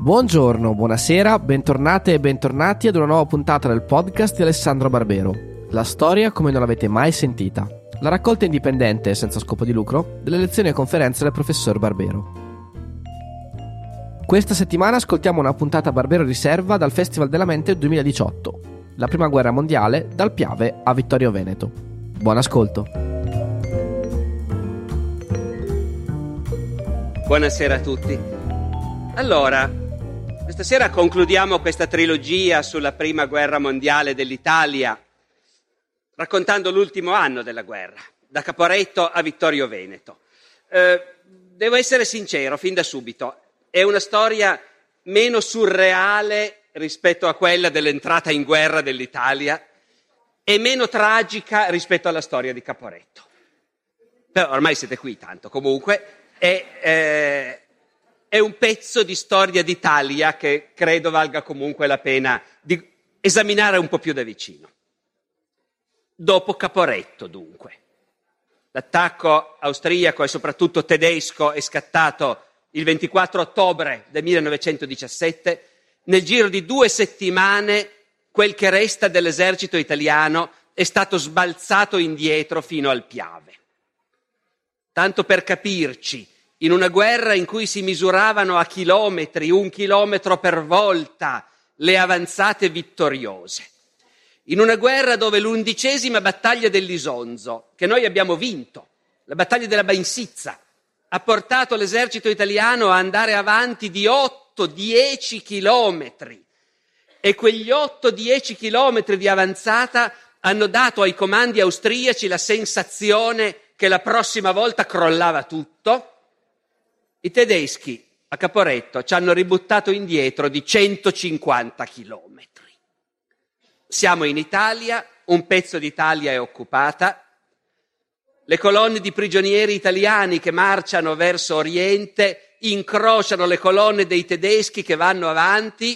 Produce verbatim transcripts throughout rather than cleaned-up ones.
Buongiorno, buonasera, bentornate e bentornati ad una nuova puntata del podcast di Alessandro Barbero. La storia come non l'avete mai sentita. La raccolta indipendente, senza scopo di lucro, delle lezioni e conferenze del professor Barbero. Questa settimana ascoltiamo una puntata Barbero Riserva dal Festival della Mente duemiladiciotto. La prima guerra mondiale, dal Piave a Vittorio Veneto. Buon ascolto. Buonasera a tutti. Allora, questa sera concludiamo questa trilogia sulla prima guerra mondiale dell'Italia, raccontando l'ultimo anno della guerra, da Caporetto a Vittorio Veneto. Eh, devo essere sincero fin da subito, è una storia meno surreale rispetto a quella dell'entrata in guerra dell'Italia e meno tragica rispetto alla storia di Caporetto. Però ormai siete qui tanto, comunque è... Eh, È un pezzo di storia d'Italia che credo valga comunque la pena di esaminare un po' più da vicino. Dopo Caporetto, dunque. L'attacco austriaco e soprattutto tedesco è scattato il ventiquattro ottobre del millenovecentodiciassette. Nel giro di due settimane quel che resta dell'esercito italiano è stato sbalzato indietro fino al Piave. Tanto per capirci, in una guerra in cui si misuravano a chilometri, un chilometro per volta, le avanzate vittoriose. In una guerra dove l'undicesima battaglia dell'Isonzo, che noi abbiamo vinto, la battaglia della Bainsizza, ha portato l'esercito italiano a andare avanti di otto dieci chilometri. E quegli otto dieci chilometri di avanzata hanno dato ai comandi austriaci la sensazione che la prossima volta crollava tutto. I tedeschi a Caporetto ci hanno ributtato indietro di centocinquanta chilometri. Siamo in Italia, un pezzo d'Italia è occupata, le colonne di prigionieri italiani che marciano verso Oriente incrociano le colonne dei tedeschi che vanno avanti,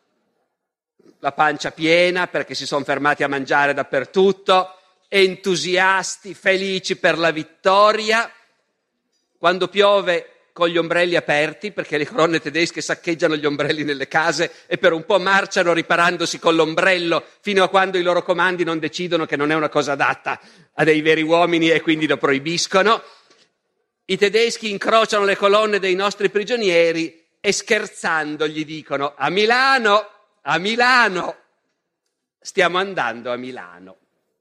la pancia piena perché si sono fermati a mangiare dappertutto, entusiasti, felici per la vittoria. Quando piove, con gli ombrelli aperti, perché le colonne tedesche saccheggiano gli ombrelli nelle case e per un po' marciano riparandosi con l'ombrello fino a quando i loro comandi non decidono che non è una cosa adatta a dei veri uomini e quindi lo proibiscono. I tedeschi incrociano le colonne dei nostri prigionieri e scherzando gli dicono: a Milano, a Milano, stiamo andando a Milano.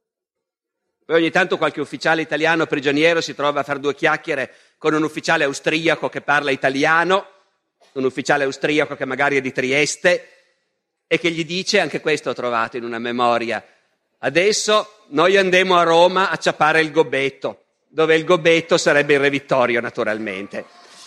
Poi ogni tanto qualche ufficiale italiano prigioniero si trova a fare due chiacchiere con un ufficiale austriaco che parla italiano, un ufficiale austriaco che magari è di Trieste e che gli dice, anche questo ho trovato in una memoria: adesso noi andremo a Roma a ciapare il Gobetto, dove il Gobetto sarebbe il Re Vittorio naturalmente.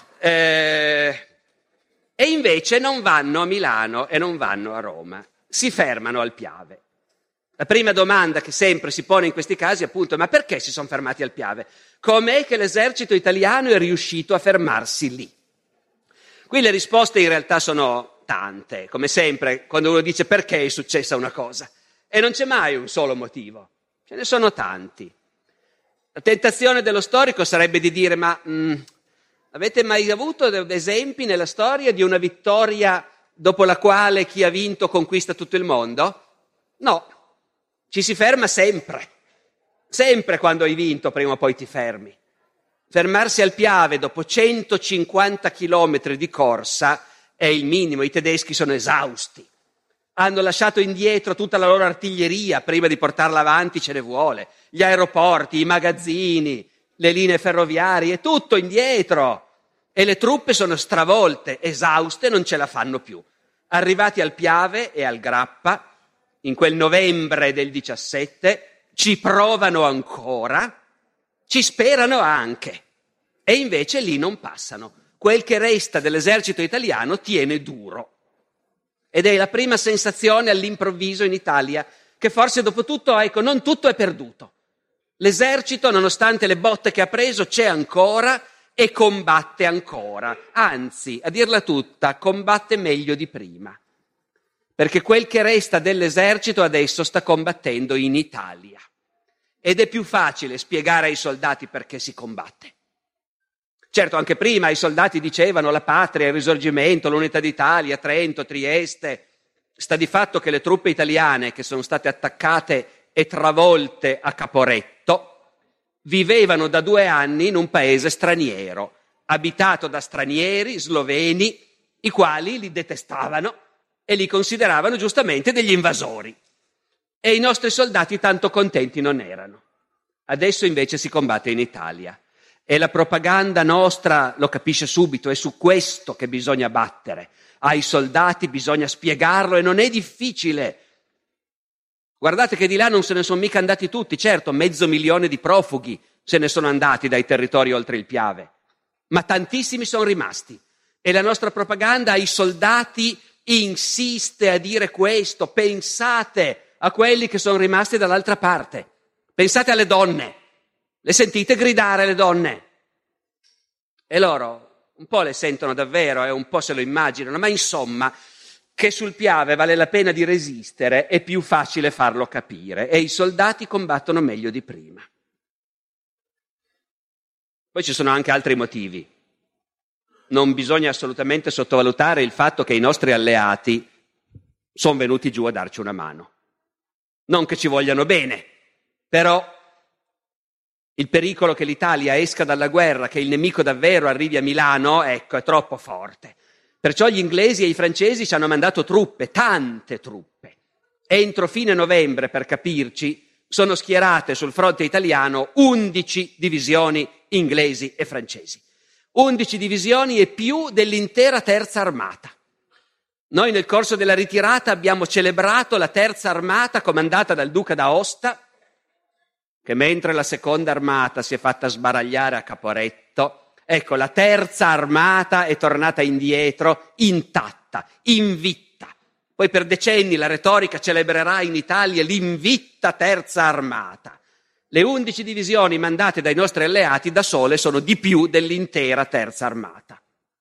Eh, e invece non vanno a Milano e non vanno a Roma, si fermano al Piave. La prima domanda che sempre si pone in questi casi è appunto: ma perché si sono fermati al Piave? Com'è che l'esercito italiano è riuscito a fermarsi lì? Qui le risposte in realtà sono tante, come sempre quando uno dice perché è successa una cosa. E non c'è mai un solo motivo, ce ne sono tanti. La tentazione dello storico sarebbe di dire: ma mh, avete mai avuto esempi nella storia di una vittoria dopo la quale chi ha vinto conquista tutto il mondo? No. Ci si ferma sempre, sempre quando hai vinto prima o poi ti fermi. Fermarsi al Piave dopo centocinquanta chilometri di corsa è il minimo, i tedeschi sono esausti. Hanno lasciato indietro tutta la loro artiglieria, prima di portarla avanti ce ne vuole, gli aeroporti, i magazzini, le linee ferroviarie, tutto indietro. E le truppe sono stravolte, esauste, non ce la fanno più. Arrivati al Piave e al Grappa, in quel novembre del diciassette, ci provano ancora, ci sperano anche, e invece lì non passano. Quel che resta dell'esercito italiano tiene duro. Ed è la prima sensazione all'improvviso in Italia che forse dopo tutto, ecco, non tutto è perduto. L'esercito, nonostante le botte che ha preso, c'è ancora e combatte ancora. Anzi, a dirla tutta, combatte meglio di prima. Perché quel che resta dell'esercito adesso sta combattendo in Italia. Ed è più facile spiegare ai soldati perché si combatte. Certo, anche prima i soldati dicevano la patria, il risorgimento, l'unità d'Italia, Trento, Trieste. Sta di fatto che le truppe italiane che sono state attaccate e travolte a Caporetto vivevano da due anni in un paese straniero, abitato da stranieri, sloveni, i quali li detestavano e li consideravano giustamente degli invasori. E i nostri soldati tanto contenti non erano. Adesso invece si combatte in Italia. E la propaganda nostra lo capisce subito, è su questo che bisogna battere. Ai soldati bisogna spiegarlo e non è difficile. Guardate che di là non se ne sono mica andati tutti, certo, mezzo milione di profughi se ne sono andati dai territori oltre il Piave, ma tantissimi sono rimasti. E la nostra propaganda ai soldati insiste a dire questo: pensate a quelli che sono rimasti dall'altra parte, pensate alle donne. Le sentite gridare le donne? E loro un po' le sentono davvero e un po' se lo immaginano, ma insomma che sul Piave vale la pena di resistere è più facile farlo capire e i soldati combattono meglio di prima. Poi ci sono anche altri motivi. Non bisogna assolutamente sottovalutare il fatto che i nostri alleati sono venuti giù a darci una mano. Non che ci vogliano bene, però il pericolo che l'Italia esca dalla guerra, che il nemico davvero arrivi a Milano, ecco, è troppo forte. Perciò gli inglesi e i francesi ci hanno mandato truppe, tante truppe. Entro fine novembre, per capirci, sono schierate sul fronte italiano undici divisioni inglesi e francesi. undici divisioni e più dell'intera terza armata. Noi nel corso della ritirata abbiamo celebrato la terza armata comandata dal duca d'Aosta, che mentre la seconda armata si è fatta sbaragliare a Caporetto, ecco, la terza armata è tornata indietro intatta, invitta. Poi per decenni la retorica celebrerà in Italia l'invitta terza armata. Le undici divisioni mandate dai nostri alleati da sole sono di più dell'intera terza armata.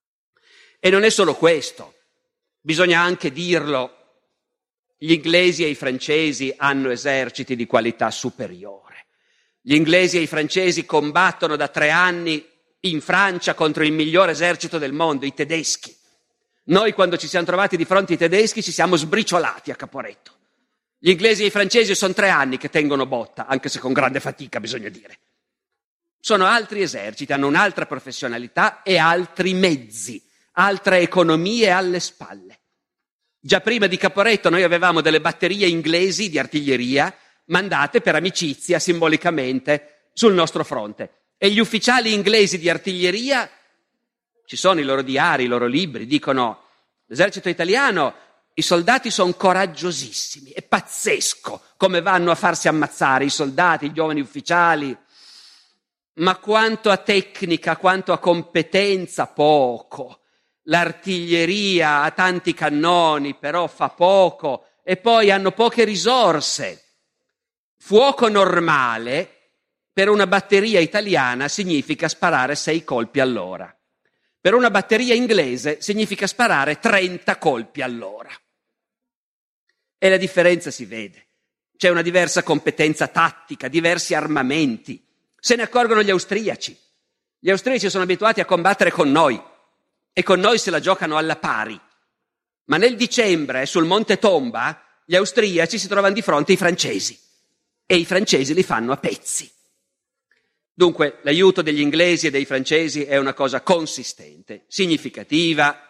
E non è solo questo, bisogna anche dirlo, gli inglesi e i francesi hanno eserciti di qualità superiore. Gli inglesi e i francesi combattono da tre anni in Francia contro il miglior esercito del mondo, i tedeschi. Noi quando ci siamo trovati di fronte ai tedeschi ci siamo sbriciolati a Caporetto. Gli inglesi e i francesi sono tre anni che tengono botta, anche se con grande fatica bisogna dire. Sono altri eserciti, hanno un'altra professionalità e altri mezzi, altre economie alle spalle. Già prima di Caporetto noi avevamo delle batterie inglesi di artiglieria mandate per amicizia simbolicamente sul nostro fronte. E gli ufficiali inglesi di artiglieria, ci sono i loro diari, i loro libri, dicono: l'esercito italiano, i soldati sono coraggiosissimi, è pazzesco come vanno a farsi ammazzare i soldati, i giovani ufficiali, ma quanto a tecnica, quanto a competenza, poco. L'artiglieria ha tanti cannoni, però fa poco, e poi hanno poche risorse. Fuoco normale per una batteria italiana significa sparare sei colpi all'ora. Per una batteria inglese significa sparare trenta colpi all'ora. E la differenza si vede. C'è una diversa competenza tattica, diversi armamenti. Se ne accorgono gli austriaci. Gli austriaci sono abituati a combattere con noi e con noi se la giocano alla pari. Ma nel dicembre sul Monte Tomba gli austriaci si trovano di fronte ai francesi. E i francesi li fanno a pezzi. Dunque l'aiuto degli inglesi e dei francesi è una cosa consistente, significativa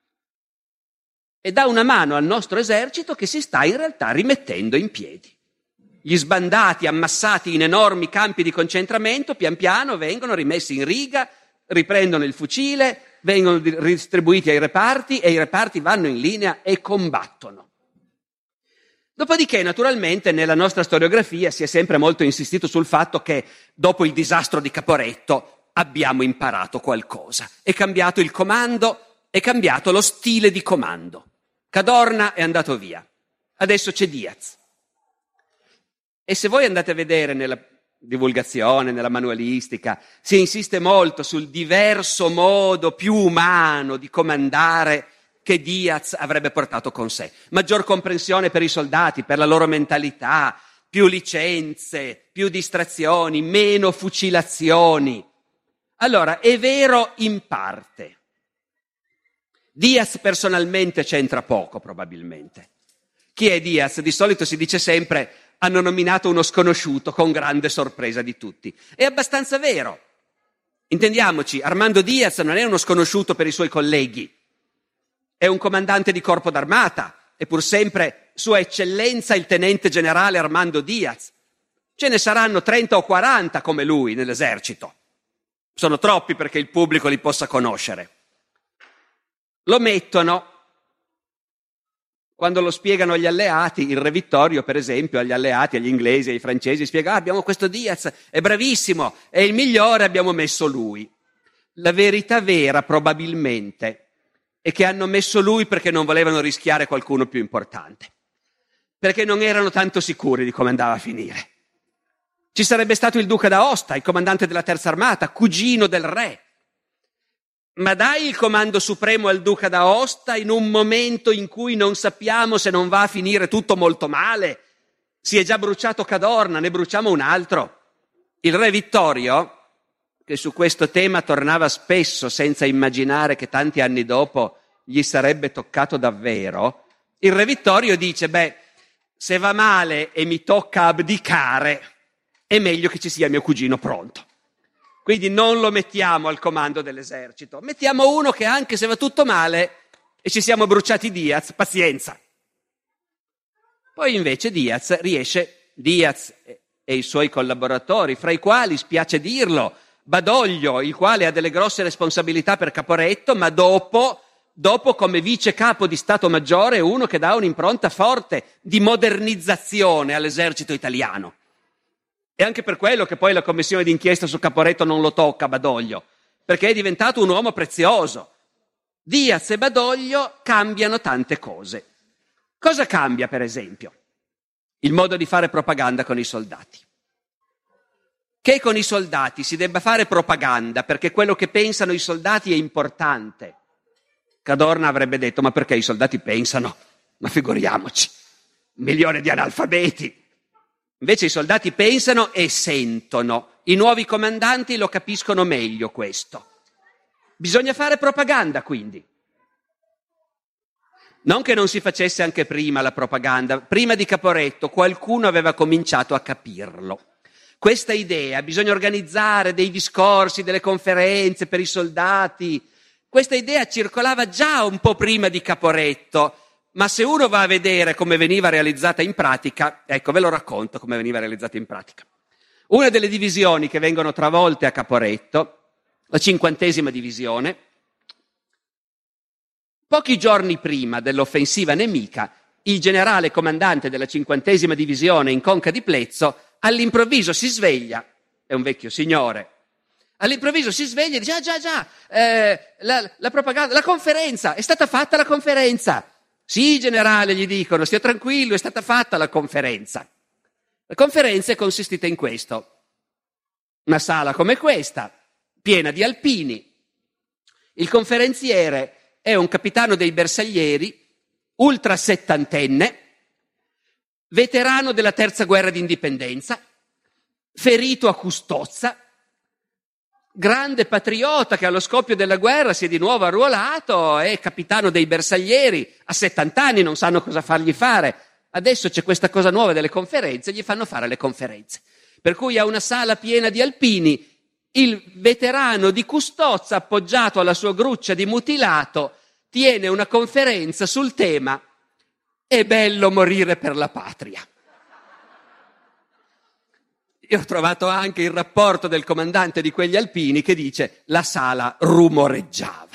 e dà una mano al nostro esercito che si sta in realtà rimettendo in piedi. Gli sbandati ammassati in enormi campi di concentramento pian piano vengono rimessi in riga, riprendono il fucile, vengono distribuiti ai reparti e i reparti vanno in linea e combattono. Dopodiché, naturalmente, nella nostra storiografia si è sempre molto insistito sul fatto che dopo il disastro di Caporetto abbiamo imparato qualcosa. È cambiato il comando, è cambiato lo stile di comando. Cadorna è andato via, adesso c'è Diaz. E se voi andate a vedere nella divulgazione, nella manualistica, si insiste molto sul diverso modo più umano di comandare che Diaz avrebbe portato con sé. Maggior comprensione per i soldati, per la loro mentalità, più licenze, più distrazioni, meno fucilazioni. Allora, è vero in parte. Diaz personalmente c'entra poco, probabilmente. Chi è Diaz? Di solito si dice sempre hanno nominato uno sconosciuto con grande sorpresa di tutti. È abbastanza vero. Intendiamoci, Armando Diaz non è uno sconosciuto per i suoi colleghi. È un comandante di corpo d'armata, è pur sempre Sua Eccellenza il tenente generale Armando Diaz. Ce ne saranno trenta o quaranta come lui nell'esercito. Sono troppi perché il pubblico li possa conoscere. Lo mettono, quando lo spiegano agli alleati, il re Vittorio per esempio, agli alleati, agli inglesi, ai francesi, spiega ah, abbiamo questo Diaz, è bravissimo, è il migliore, abbiamo messo lui. La verità vera probabilmente è che hanno messo lui perché non volevano rischiare qualcuno più importante, perché non erano tanto sicuri di come andava a finire. Ci sarebbe stato il duca d'Aosta, il comandante della terza armata, cugino del re. Ma dai il comando supremo al duca d'Aosta in un momento in cui non sappiamo se non va a finire tutto molto male. Si è già bruciato Cadorna, ne bruciamo un altro. Il re Vittorio, che su questo tema tornava spesso senza immaginare che tanti anni dopo gli sarebbe toccato davvero, il re Vittorio dice, beh, se va male e mi tocca abdicare, è meglio che ci sia mio cugino pronto. Quindi non lo mettiamo al comando dell'esercito, mettiamo uno che anche se va tutto male e ci siamo bruciati Diaz, pazienza. Poi invece Diaz riesce, Diaz e i suoi collaboratori, fra i quali, spiace dirlo, Badoglio, il quale ha delle grosse responsabilità per Caporetto, ma dopo, dopo come vice capo di Stato Maggiore è uno che dà un'impronta forte di modernizzazione all'esercito italiano. È anche per quello che poi la commissione d'inchiesta su Caporetto non lo tocca, Badoglio, perché è diventato un uomo prezioso. Diaz e Badoglio cambiano tante cose. Cosa cambia, per esempio? Il modo di fare propaganda con i soldati. Che con i soldati si debba fare propaganda perché quello che pensano i soldati è importante. Cadorna avrebbe detto, ma perché i soldati pensano? Ma figuriamoci, un milione di analfabeti. Invece i soldati pensano e sentono. I nuovi comandanti lo capiscono meglio questo. Bisogna fare propaganda, quindi. Non che non si facesse anche prima la propaganda. Prima di Caporetto qualcuno aveva cominciato a capirlo. Questa idea, bisogna organizzare dei discorsi, delle conferenze per i soldati. Questa idea circolava già un po' prima di Caporetto. Ma se uno va a vedere come veniva realizzata in pratica, ecco, ve lo racconto come veniva realizzata in pratica. Una delle divisioni che vengono travolte a Caporetto, la cinquantesima divisione, pochi giorni prima dell'offensiva nemica, il generale comandante della cinquantesima divisione in Conca di Plezzo all'improvviso si sveglia, è un vecchio signore, all'improvviso si sveglia e dice, ah già già, eh, la, la propaganda, la conferenza, è stata fatta la conferenza. Sì, generale, gli dicono, stia tranquillo, è stata fatta la conferenza. La conferenza è consistita in questo. Una sala come questa, piena di alpini. Il conferenziere è un capitano dei bersaglieri, ultra settantenne, veterano della terza guerra d'indipendenza, ferito a Custozza, grande patriota che allo scoppio della guerra si è di nuovo arruolato, è capitano dei bersaglieri, a settanta anni non sanno cosa fargli fare. Adesso c'è questa cosa nuova delle conferenze, gli fanno fare le conferenze. Per cui ha una sala piena di alpini, il veterano di Custozza, appoggiato alla sua gruccia di mutilato, tiene una conferenza sul tema «È bello morire per la patria». Io ho trovato anche il rapporto del comandante di quegli alpini che dice la sala rumoreggiava.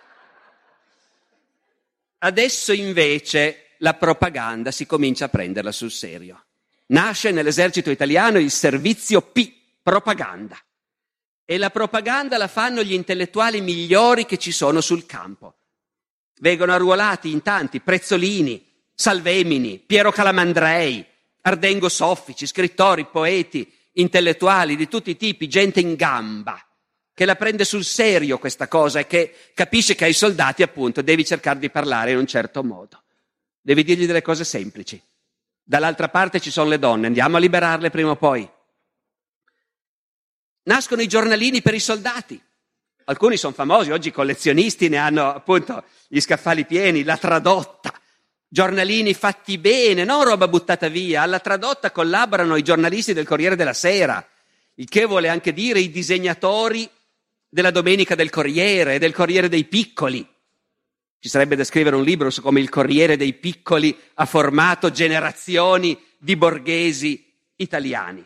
Adesso invece la propaganda si comincia a prenderla sul serio. Nasce nell'esercito italiano il servizio P, propaganda. E la propaganda la fanno gli intellettuali migliori che ci sono sul campo. Vengono arruolati in tanti, Prezzolini, Salvemini, Piero Calamandrei, Ardengo Soffici, scrittori, poeti, intellettuali di tutti i tipi, gente in gamba, che la prende sul serio questa cosa e che capisce che ai soldati appunto devi cercare di parlare in un certo modo. Devi dirgli delle cose semplici. Dall'altra parte ci sono le donne, andiamo a liberarle prima o poi. Nascono i giornalini per i soldati. alcuni sono famosi, oggi i collezionisti ne hanno appunto gli scaffali pieni, la Tradotta, giornalini fatti bene, non roba buttata via. Alla Tradotta collaborano i giornalisti del Corriere della Sera, il che vuole anche dire i disegnatori della Domenica del Corriere e del Corriere dei Piccoli. Ci sarebbe da scrivere un libro su come il Corriere dei Piccoli ha formato generazioni di borghesi italiani.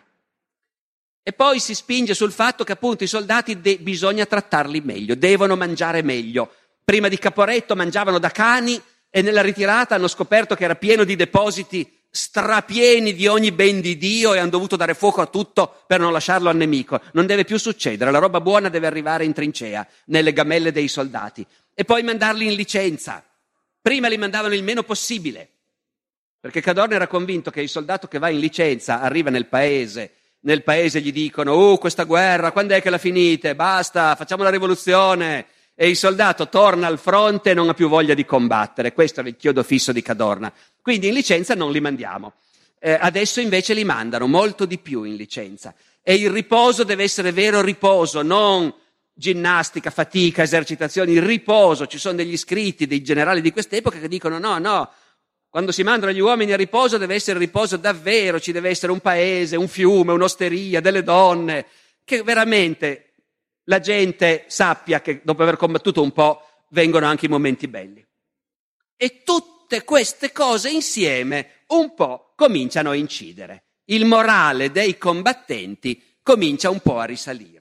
E poi si spinge sul fatto che appunto i soldati de- bisogna trattarli meglio, devono mangiare meglio. Prima di Caporetto mangiavano da cani e nella ritirata hanno scoperto che era pieno di depositi strapieni di ogni ben di Dio e hanno dovuto dare fuoco a tutto per non lasciarlo al nemico. Non deve più succedere, la roba buona deve arrivare in trincea, nelle gamelle dei soldati. E poi mandarli in licenza. Prima li mandavano il meno possibile, perché Cadorna era convinto che il soldato che va in licenza arriva nel paese, nel paese gli dicono «Oh, questa guerra, quando è che la finite? Basta, facciamo la rivoluzione!» E il soldato torna al fronte e non ha più voglia di combattere. Questo era il chiodo fisso di Cadorna. Quindi in licenza non li mandiamo. Eh, adesso invece li mandano molto di più in licenza. E il riposo deve essere vero riposo, non ginnastica, fatica, esercitazioni, riposo. Ci sono degli scritti dei generali di quest'epoca che dicono no, no, quando si mandano gli uomini a riposo deve essere riposo davvero, ci deve essere un paese, un fiume, un'osteria, delle donne, che veramente la gente sappia che dopo aver combattuto un po' vengono anche i momenti belli. E tutte queste cose insieme un po' cominciano a incidere. Il morale dei combattenti comincia un po' a risalire.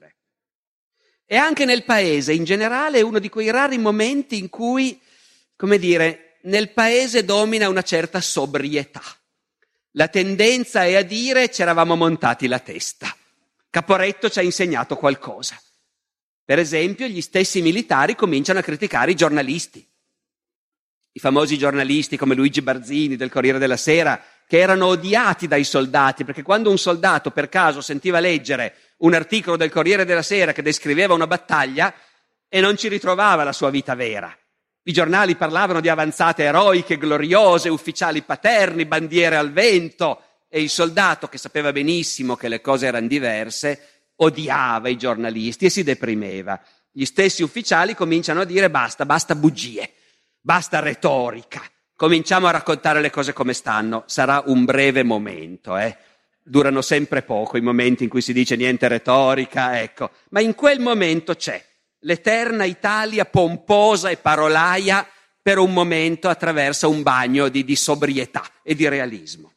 E anche nel paese in generale è uno di quei rari momenti in cui, come dire, nel paese domina una certa sobrietà. La tendenza è a dire ci eravamo montati la testa. Caporetto ci ha insegnato qualcosa. Per esempio, gli stessi militari cominciano a criticare i giornalisti. I famosi giornalisti come Luigi Barzini del Corriere della Sera, che erano odiati dai soldati, perché quando un soldato per caso sentiva leggere un articolo del Corriere della Sera che descriveva una battaglia e non ci ritrovava la sua vita vera. I giornali parlavano di avanzate eroiche, gloriose, ufficiali paterni, bandiere al vento, e il soldato, che sapeva benissimo che le cose erano diverse, odiava i giornalisti e si deprimeva. Gli stessi ufficiali cominciano a dire basta, basta bugie, basta retorica, cominciamo a raccontare le cose come stanno. Sarà un breve momento, eh? Durano sempre poco i momenti in cui si dice niente retorica, ecco, ma in quel momento c'è l'eterna Italia pomposa e parolaia per un momento attraversa un bagno di, di sobrietà e di realismo.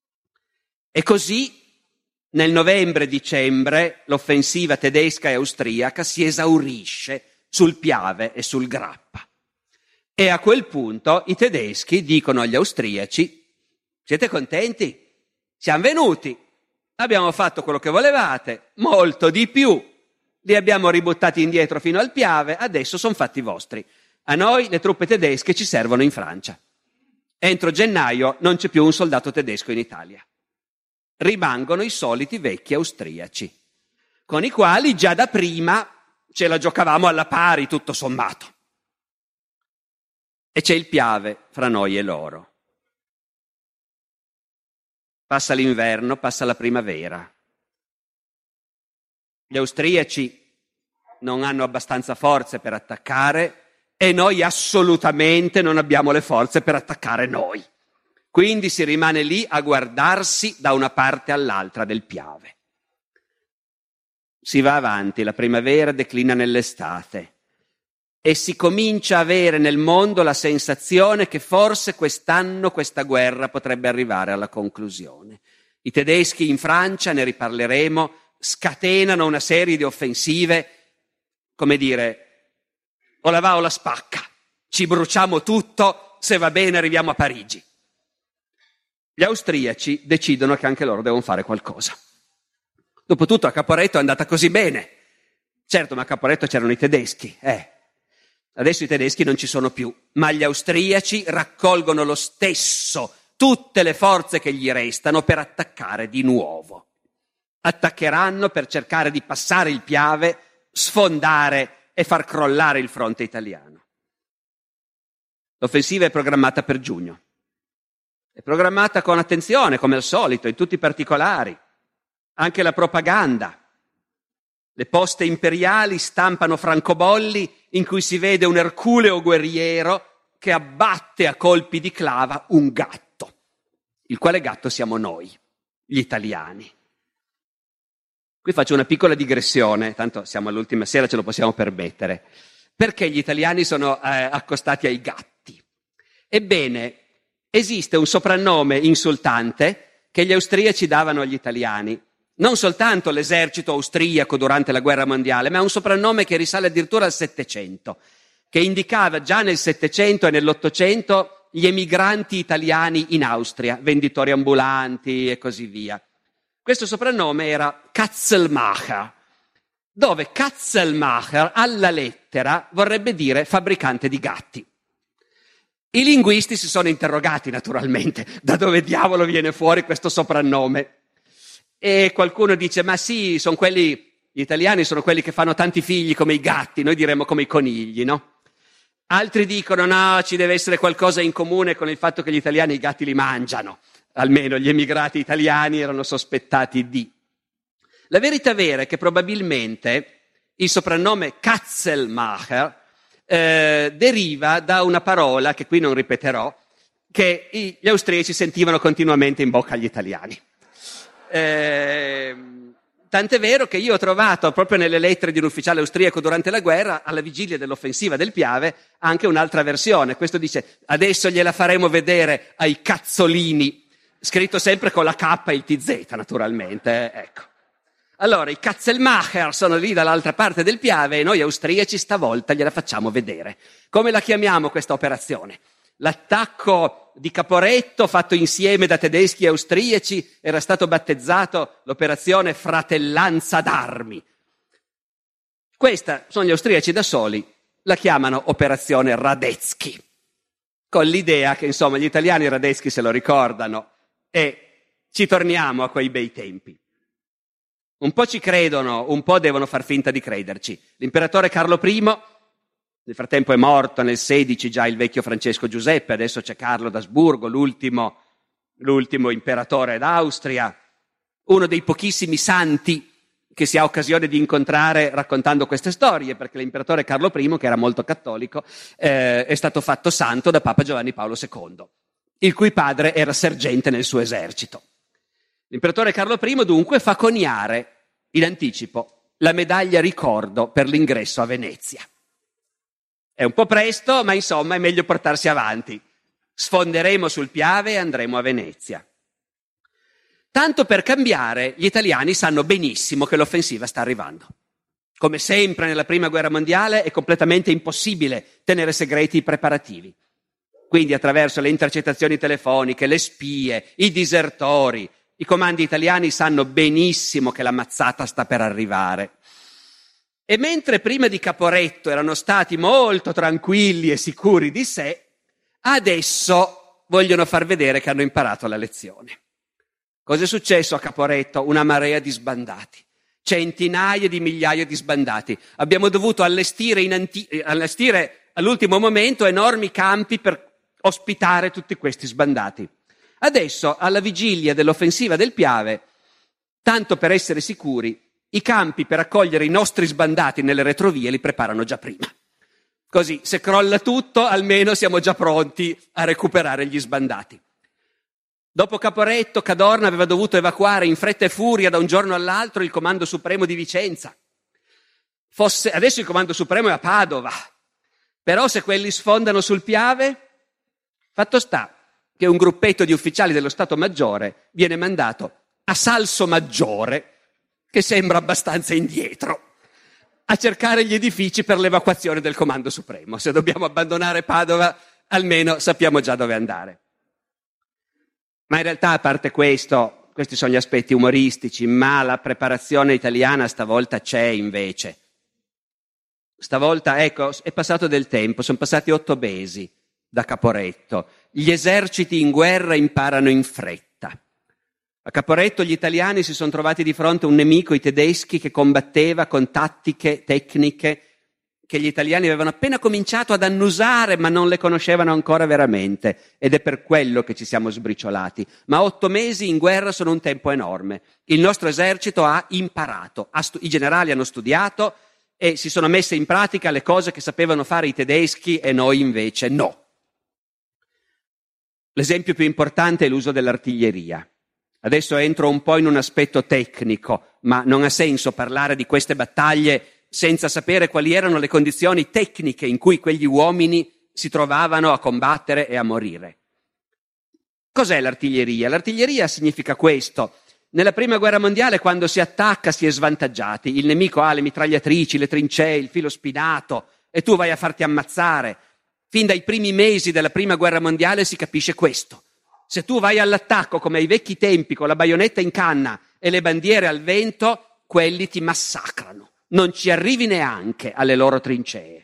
E così nel novembre-dicembre l'offensiva tedesca e austriaca si esaurisce sul Piave e sul Grappa. E a quel punto i tedeschi dicono agli austriaci: siete contenti? Siamo venuti, abbiamo fatto quello che volevate, molto di più, li abbiamo ributtati indietro fino al Piave, adesso sono fatti vostri. A noi le truppe tedesche ci servono in Francia. Entro gennaio non c'è più un soldato tedesco in Italia. Rimangono i soliti vecchi austriaci, con i quali già da prima ce la giocavamo alla pari, tutto sommato. E c'è il Piave fra noi e loro. Passa l'inverno, passa la primavera. Gli austriaci non hanno abbastanza forze per attaccare e noi assolutamente non abbiamo le forze per attaccare noi. Quindi si rimane lì a guardarsi da una parte all'altra del Piave. Si va avanti, la primavera declina nell'estate e si comincia a avere nel mondo la sensazione che forse quest'anno questa guerra potrebbe arrivare alla conclusione. I tedeschi in Francia, ne riparleremo, scatenano una serie di offensive, come dire, o la va o la spacca, ci bruciamo tutto, se va bene arriviamo a Parigi. Gli austriaci decidono che anche loro devono fare qualcosa. Dopotutto a Caporetto è andata così bene. Certo, ma a Caporetto c'erano i tedeschi, eh. Adesso i tedeschi non ci sono più, ma gli austriaci raccolgono lo stesso tutte le forze che gli restano per attaccare di nuovo. Attaccheranno per cercare di passare il Piave, sfondare e far crollare il fronte italiano. L'offensiva è programmata per giugno. È programmata con attenzione, come al solito, in tutti i particolari. Anche la propaganda. Le poste imperiali stampano francobolli in cui si vede un erculeo guerriero che abbatte a colpi di clava un gatto, il quale gatto siamo noi, gli italiani. Qui faccio una piccola digressione, tanto siamo all'ultima sera, ce lo possiamo permettere. Perché gli italiani sono eh, accostati ai gatti? Ebbene, esiste un soprannome insultante che gli austriaci davano agli italiani. Non soltanto l'esercito austriaco durante la guerra mondiale, ma un soprannome che risale addirittura al Settecento, che indicava già nel Settecento e nell'Ottocento gli emigranti italiani in Austria, venditori ambulanti e così via. Questo soprannome era Katzelmacher, dove Katzelmacher alla lettera vorrebbe dire fabbricante di gatti. I linguisti si sono interrogati naturalmente da dove diavolo viene fuori questo soprannome. E qualcuno dice, ma sì, sono quelli, gli italiani sono quelli che fanno tanti figli come i gatti, noi diremmo come i conigli, no? Altri dicono, no, ci deve essere qualcosa in comune con il fatto che gli italiani i gatti li mangiano. Almeno gli emigrati italiani erano sospettati di. La verità vera è che probabilmente il soprannome Katzelmacher eh, deriva da una parola, che qui non ripeterò, che gli austriaci sentivano continuamente in bocca agli italiani. Eh, tant'è vero che io ho trovato proprio nelle lettere di un ufficiale austriaco durante la guerra, alla vigilia dell'offensiva del Piave, anche un'altra versione. Questo dice, adesso gliela faremo vedere ai cazzolini, scritto sempre con la K e il T Z naturalmente, ecco. Allora i Katzelmacher sono lì dall'altra parte del Piave e noi austriaci stavolta gliela facciamo vedere. Come la chiamiamo questa operazione? L'attacco di Caporetto fatto insieme da tedeschi e austriaci era stato battezzato l'operazione Fratellanza d'Armi. Questa sono gli austriaci da soli, la chiamano operazione Radetzky, con l'idea che insomma gli italiani Radetzky se lo ricordano e ci torniamo a quei bei tempi. Un po' ci credono, un po' devono far finta di crederci. L'imperatore Carlo Primo, nel frattempo è morto nel sedici già il vecchio Francesco Giuseppe, adesso c'è Carlo d'Asburgo, l'ultimo, l'ultimo imperatore d'Austria, uno dei pochissimi santi che si ha occasione di incontrare raccontando queste storie, perché l'imperatore Carlo Primo, che era molto cattolico, eh, è stato fatto santo da Papa Giovanni Paolo secondo, il cui padre era sergente nel suo esercito. L'imperatore Carlo Primo dunque fa coniare in anticipo la medaglia ricordo per l'ingresso a Venezia. È un po' presto, ma insomma è meglio portarsi avanti. Sfonderemo sul Piave e andremo a Venezia. Tanto per cambiare, gli italiani sanno benissimo che l'offensiva sta arrivando. Come sempre nella Prima Guerra Mondiale è completamente impossibile tenere segreti i preparativi. Quindi attraverso le intercettazioni telefoniche, le spie, i disertori, i comandi italiani sanno benissimo che la mazzata sta per arrivare. E mentre prima di Caporetto erano stati molto tranquilli e sicuri di sé, adesso vogliono far vedere che hanno imparato la lezione. Cosa è successo a Caporetto? Una marea di sbandati, centinaia di migliaia di sbandati. Abbiamo dovuto allestire, in anti- allestire all'ultimo momento enormi campi per ospitare tutti questi sbandati. Adesso, alla vigilia dell'offensiva del Piave, tanto per essere sicuri, i campi per accogliere i nostri sbandati nelle retrovie li preparano già prima. Così, se crolla tutto, almeno siamo già pronti a recuperare gli sbandati. Dopo Caporetto, Cadorna aveva dovuto evacuare in fretta e furia da un giorno all'altro il Comando Supremo di Vicenza. Fosse, adesso il Comando Supremo è a Padova, però se quelli sfondano sul Piave, fatto sta che un gruppetto di ufficiali dello Stato Maggiore viene mandato a Salsomaggiore, che sembra abbastanza indietro, a cercare gli edifici per l'evacuazione del Comando Supremo. Se dobbiamo abbandonare Padova, almeno sappiamo già dove andare. Ma in realtà, a parte questo, questi sono gli aspetti umoristici, ma la preparazione italiana stavolta c'è invece. Stavolta, ecco, è passato del tempo, sono passati otto mesi da Caporetto. Gli eserciti in guerra imparano in fretta. A Caporetto gli italiani si sono trovati di fronte a un nemico, i tedeschi, che combatteva con tattiche, tecniche che gli italiani avevano appena cominciato ad annusare, ma non le conoscevano ancora veramente, ed è per quello che ci siamo sbriciolati. Ma otto mesi in guerra sono un tempo enorme. Il nostro esercito ha imparato, ha stu- i generali hanno studiato e si sono messe in pratica le cose che sapevano fare i tedeschi e noi invece no. L'esempio più importante è l'uso dell'artiglieria. Adesso entro un po' in un aspetto tecnico, ma non ha senso parlare di queste battaglie senza sapere quali erano le condizioni tecniche in cui quegli uomini si trovavano a combattere e a morire. Cos'è l'artiglieria? L'artiglieria significa questo. Nella prima guerra mondiale, quando si attacca, si è svantaggiati. Il nemico ha le mitragliatrici, le trincee, il filo spinato e tu vai a farti ammazzare. Fin dai primi mesi della prima guerra mondiale si capisce questo. Se tu vai all'attacco come ai vecchi tempi con la baionetta in canna e le bandiere al vento, quelli ti massacrano. Non ci arrivi neanche alle loro trincee.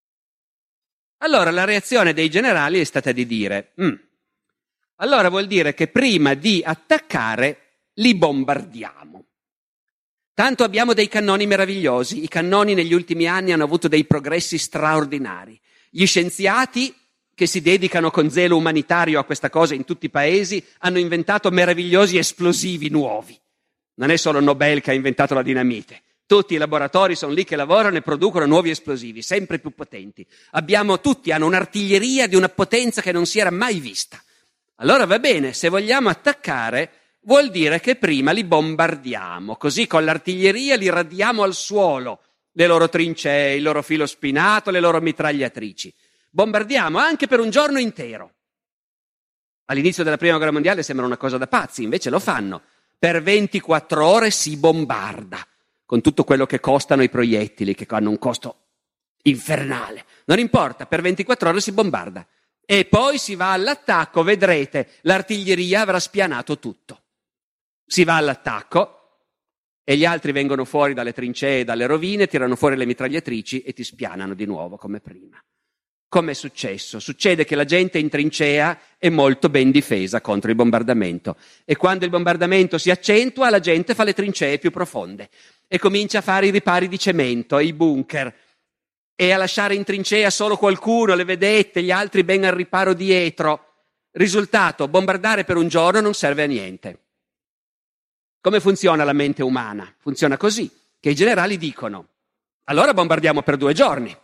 Allora la reazione dei generali è stata di dire, mm, allora vuol dire che prima di attaccare li bombardiamo. Tanto abbiamo dei cannoni meravigliosi, i cannoni negli ultimi anni hanno avuto dei progressi straordinari. Gli scienziati che si dedicano con zelo umanitario a questa cosa in tutti i paesi hanno inventato meravigliosi esplosivi nuovi. Non è solo Nobel che ha inventato la dinamite. Tutti i laboratori sono lì che lavorano e producono nuovi esplosivi, sempre più potenti. Abbiamo, tutti hanno un'artiglieria di una potenza che non si era mai vista. Allora va bene, se vogliamo attaccare, vuol dire che prima li bombardiamo, così con l'artiglieria li radiamo al suolo, le loro trincee, il loro filo spinato, le loro mitragliatrici. Bombardiamo anche per un giorno intero. All'inizio della prima guerra mondiale sembra una cosa da pazzi, invece lo fanno. Per ventiquattro ore si bombarda. Con tutto quello che costano i proiettili, che hanno un costo infernale. Non importa, per ventiquattro ore si bombarda. E poi si va all'attacco, vedrete, l'artiglieria avrà spianato tutto. Si va all'attacco e gli altri vengono fuori dalle trincee e dalle rovine, tirano fuori le mitragliatrici e ti spianano di nuovo come prima. Come è successo? Succede che la gente in trincea è molto ben difesa contro il bombardamento e quando il bombardamento si accentua la gente fa le trincee più profonde e comincia a fare i ripari di cemento, i bunker e a lasciare in trincea solo qualcuno, le vedette, gli altri ben al riparo dietro. Risultato, bombardare per un giorno non serve a niente. Come funziona la mente umana? Funziona così, che i generali dicono allora bombardiamo per due giorni.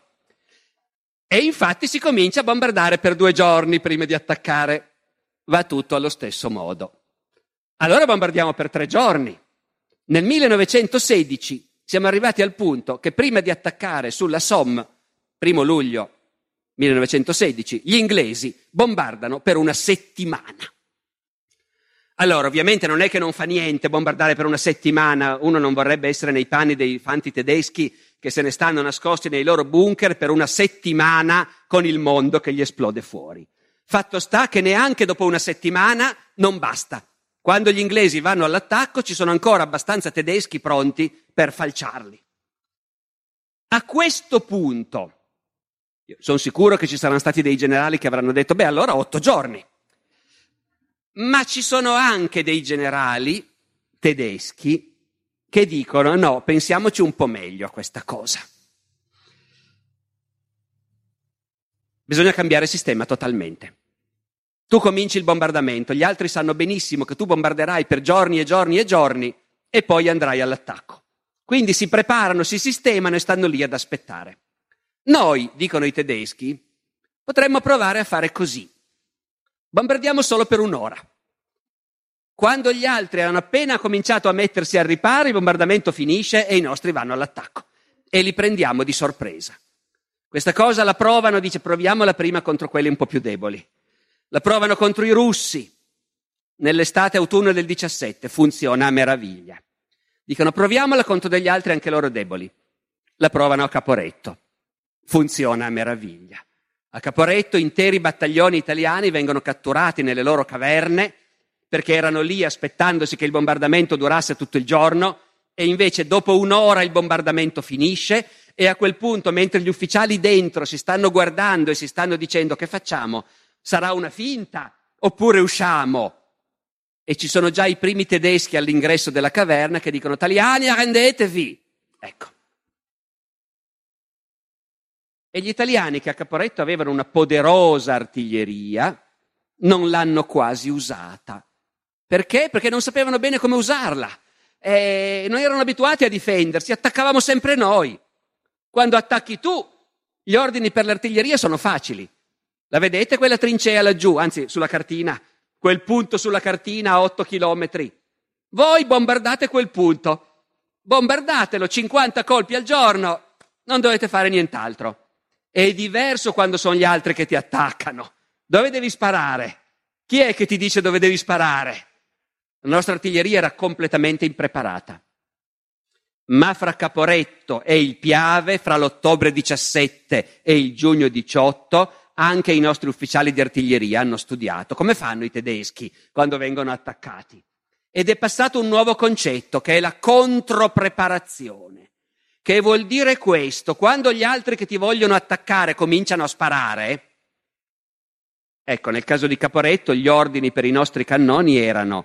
E infatti si comincia a bombardare per due giorni prima di attaccare. Va tutto allo stesso modo. Allora bombardiamo per tre giorni. Nel millenovecentosedici siamo arrivati al punto che prima di attaccare sulla Somme, primo luglio millenovecentosedici, gli inglesi bombardano per una settimana. Allora, ovviamente non è che non fa niente bombardare per una settimana, uno non vorrebbe essere nei panni dei fanti tedeschi che se ne stanno nascosti nei loro bunker per una settimana con il mondo che gli esplode fuori. Fatto sta che neanche dopo una settimana non basta. Quando gli inglesi vanno all'attacco ci sono ancora abbastanza tedeschi pronti per falciarli. A questo punto, io sono sicuro che ci saranno stati dei generali che avranno detto, beh allora otto giorni. Ma ci sono anche dei generali tedeschi che dicono no, pensiamoci un po' meglio a questa cosa. Bisogna cambiare sistema totalmente. Tu cominci il bombardamento, gli altri sanno benissimo che tu bombarderai per giorni e giorni e giorni e poi andrai all'attacco. Quindi si preparano, si sistemano e stanno lì ad aspettare. Noi, dicono i tedeschi, potremmo provare a fare così. Bombardiamo solo per un'ora. Quando gli altri hanno appena cominciato a mettersi al riparo, il bombardamento finisce e i nostri vanno all'attacco. E li prendiamo di sorpresa. Questa cosa la provano, dice, proviamola prima contro quelli un po' più deboli. La provano contro i russi. Nell'estate-autunno del diciassette funziona a meraviglia. Dicono, proviamola contro degli altri anche loro deboli. La provano a Caporetto. Funziona a meraviglia. A Caporetto interi battaglioni italiani vengono catturati nelle loro caverne perché erano lì aspettandosi che il bombardamento durasse tutto il giorno e invece dopo un'ora il bombardamento finisce e a quel punto, mentre gli ufficiali dentro si stanno guardando e si stanno dicendo che facciamo, sarà una finta oppure usciamo? E ci sono già i primi tedeschi all'ingresso della caverna che dicono italiani arrendetevi. Ecco. E gli italiani, che a Caporetto avevano una poderosa artiglieria, non l'hanno quasi usata. Perché? Perché non sapevano bene come usarla. E non erano abituati a difendersi, attaccavamo sempre noi. Quando attacchi tu, gli ordini per l'artiglieria sono facili. La vedete quella trincea laggiù, anzi sulla cartina, quel punto sulla cartina a otto chilometri. Voi bombardate quel punto, bombardatelo cinquanta colpi al giorno, non dovete fare nient'altro. È diverso quando sono gli altri che ti attaccano. Dove devi sparare? Chi è che ti dice dove devi sparare? La nostra artiglieria era completamente impreparata. Ma fra Caporetto e il Piave, fra l'ottobre diciassette e il giugno diciotto, anche i nostri ufficiali di artiglieria hanno studiato come fanno i tedeschi quando vengono attaccati. Ed è passato un nuovo concetto, che è la contropreparazione, che vuol dire questo: quando gli altri che ti vogliono attaccare cominciano a sparare, ecco, nel caso di Caporetto gli ordini per i nostri cannoni erano: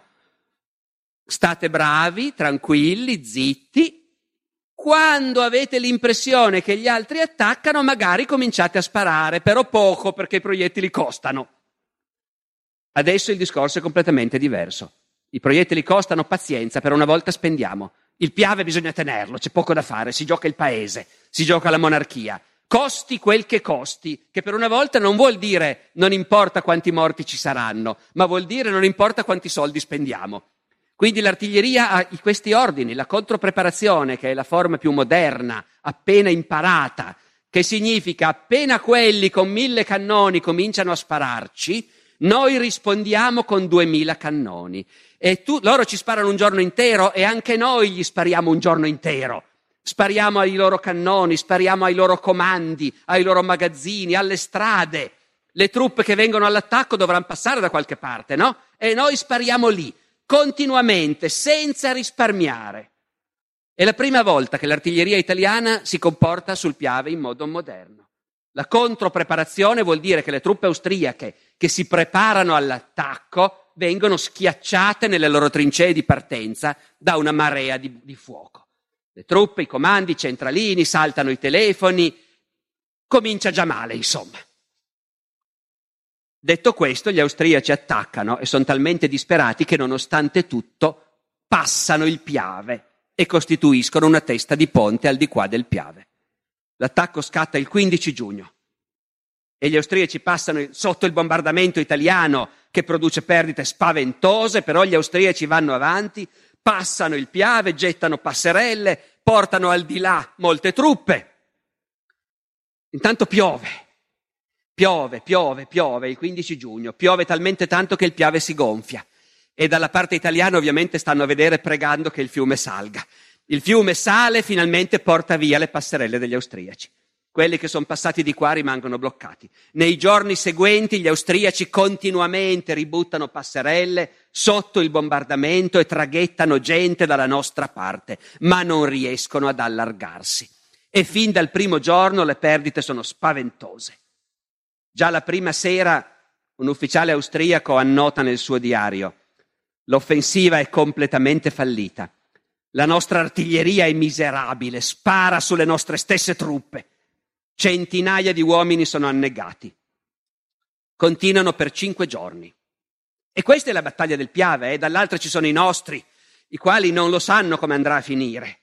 state bravi, tranquilli, zitti. Quando avete l'impressione che gli altri attaccano, magari cominciate a sparare, però poco, perché i proiettili costano. Adesso il discorso è completamente diverso. I proiettili costano, pazienza, per una volta spendiamo. Il Piave bisogna tenerlo, c'è poco da fare, si gioca il paese, si gioca la monarchia. Costi quel che costi, che per una volta non vuol dire non importa quanti morti ci saranno, ma vuol dire non importa quanti soldi spendiamo. Quindi l'artiglieria ha questi ordini, la contropreparazione, che è la forma più moderna, appena imparata, che significa appena quelli con mille cannoni cominciano a spararci, noi rispondiamo con duemila cannoni. E tu, loro ci sparano un giorno intero e anche noi gli spariamo un giorno intero. Spariamo ai loro cannoni, spariamo ai loro comandi, ai loro magazzini, alle strade. Le truppe che vengono all'attacco dovranno passare da qualche parte, no? E noi spariamo lì, continuamente, senza risparmiare. È la prima volta che l'artiglieria italiana si comporta sul Piave in modo moderno. La contropreparazione vuol dire che le truppe austriache che si preparano all'attacco vengono schiacciate nelle loro trincee di partenza da una marea di, di fuoco. Le truppe, i comandi, i centralini, saltano i telefoni, comincia già male, insomma. Detto questo, gli austriaci attaccano e sono talmente disperati che nonostante tutto passano il Piave e costituiscono una testa di ponte al di qua del Piave. L'attacco scatta il quindici giugno e gli austriaci passano sotto il bombardamento italiano che produce perdite spaventose, però gli austriaci vanno avanti, passano il Piave, gettano passerelle, portano al di là molte truppe. Intanto piove. Piove, piove, piove, il quindici giugno, piove talmente tanto che il Piave si gonfia e dalla parte italiana ovviamente stanno a vedere pregando che il fiume salga. Il fiume sale e finalmente porta via le passerelle degli austriaci. Quelli che sono passati di qua rimangono bloccati. Nei giorni seguenti gli austriaci continuamente ributtano passerelle sotto il bombardamento e traghettano gente dalla nostra parte, ma non riescono ad allargarsi. E fin dal primo giorno le perdite sono spaventose. Già la prima sera un ufficiale austriaco annota nel suo diario: l'offensiva è completamente fallita. La nostra artiglieria è miserabile, spara sulle nostre stesse truppe. Centinaia di uomini sono annegati. Continuano per cinque giorni. E questa è la battaglia del Piave, eh? Dall'altra ci sono i nostri, i quali non lo sanno come andrà a finire.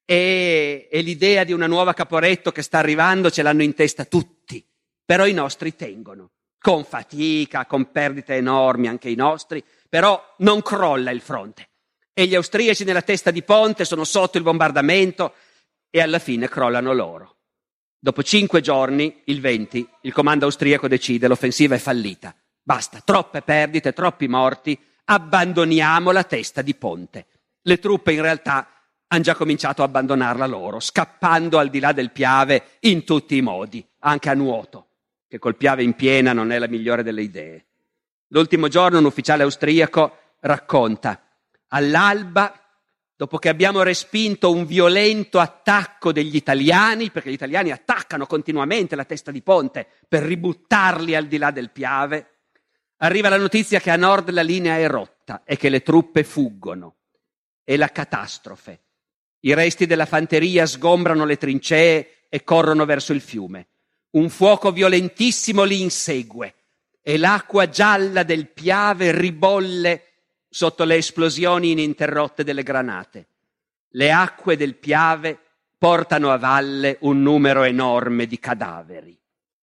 E, e l'idea di una nuova Caporetto che sta arrivando ce l'hanno in testa tutti. Però i nostri tengono, con fatica, con perdite enormi anche i nostri, però non crolla il fronte. E gli austriaci nella testa di ponte sono sotto il bombardamento e alla fine crollano loro. Dopo cinque giorni, il venti, il comando austriaco decide: l'offensiva è fallita. Basta, troppe perdite, troppi morti, abbandoniamo la testa di ponte. Le truppe in realtà hanno già cominciato a abbandonarla loro, scappando al di là del Piave in tutti i modi, anche a nuoto, che col Piave in piena non è la migliore delle idee. L'ultimo giorno un ufficiale austriaco racconta: all'alba, dopo che abbiamo respinto un violento attacco degli italiani, perché gli italiani attaccano continuamente la testa di ponte per ributtarli al di là del Piave, arriva la notizia che a nord la linea è rotta e che le truppe fuggono. È la catastrofe. I resti della fanteria sgombrano le trincee e corrono verso il fiume. Un fuoco violentissimo li insegue e l'acqua gialla del Piave ribolle sotto le esplosioni ininterrotte delle granate. Le acque del Piave portano a valle un numero enorme di cadaveri.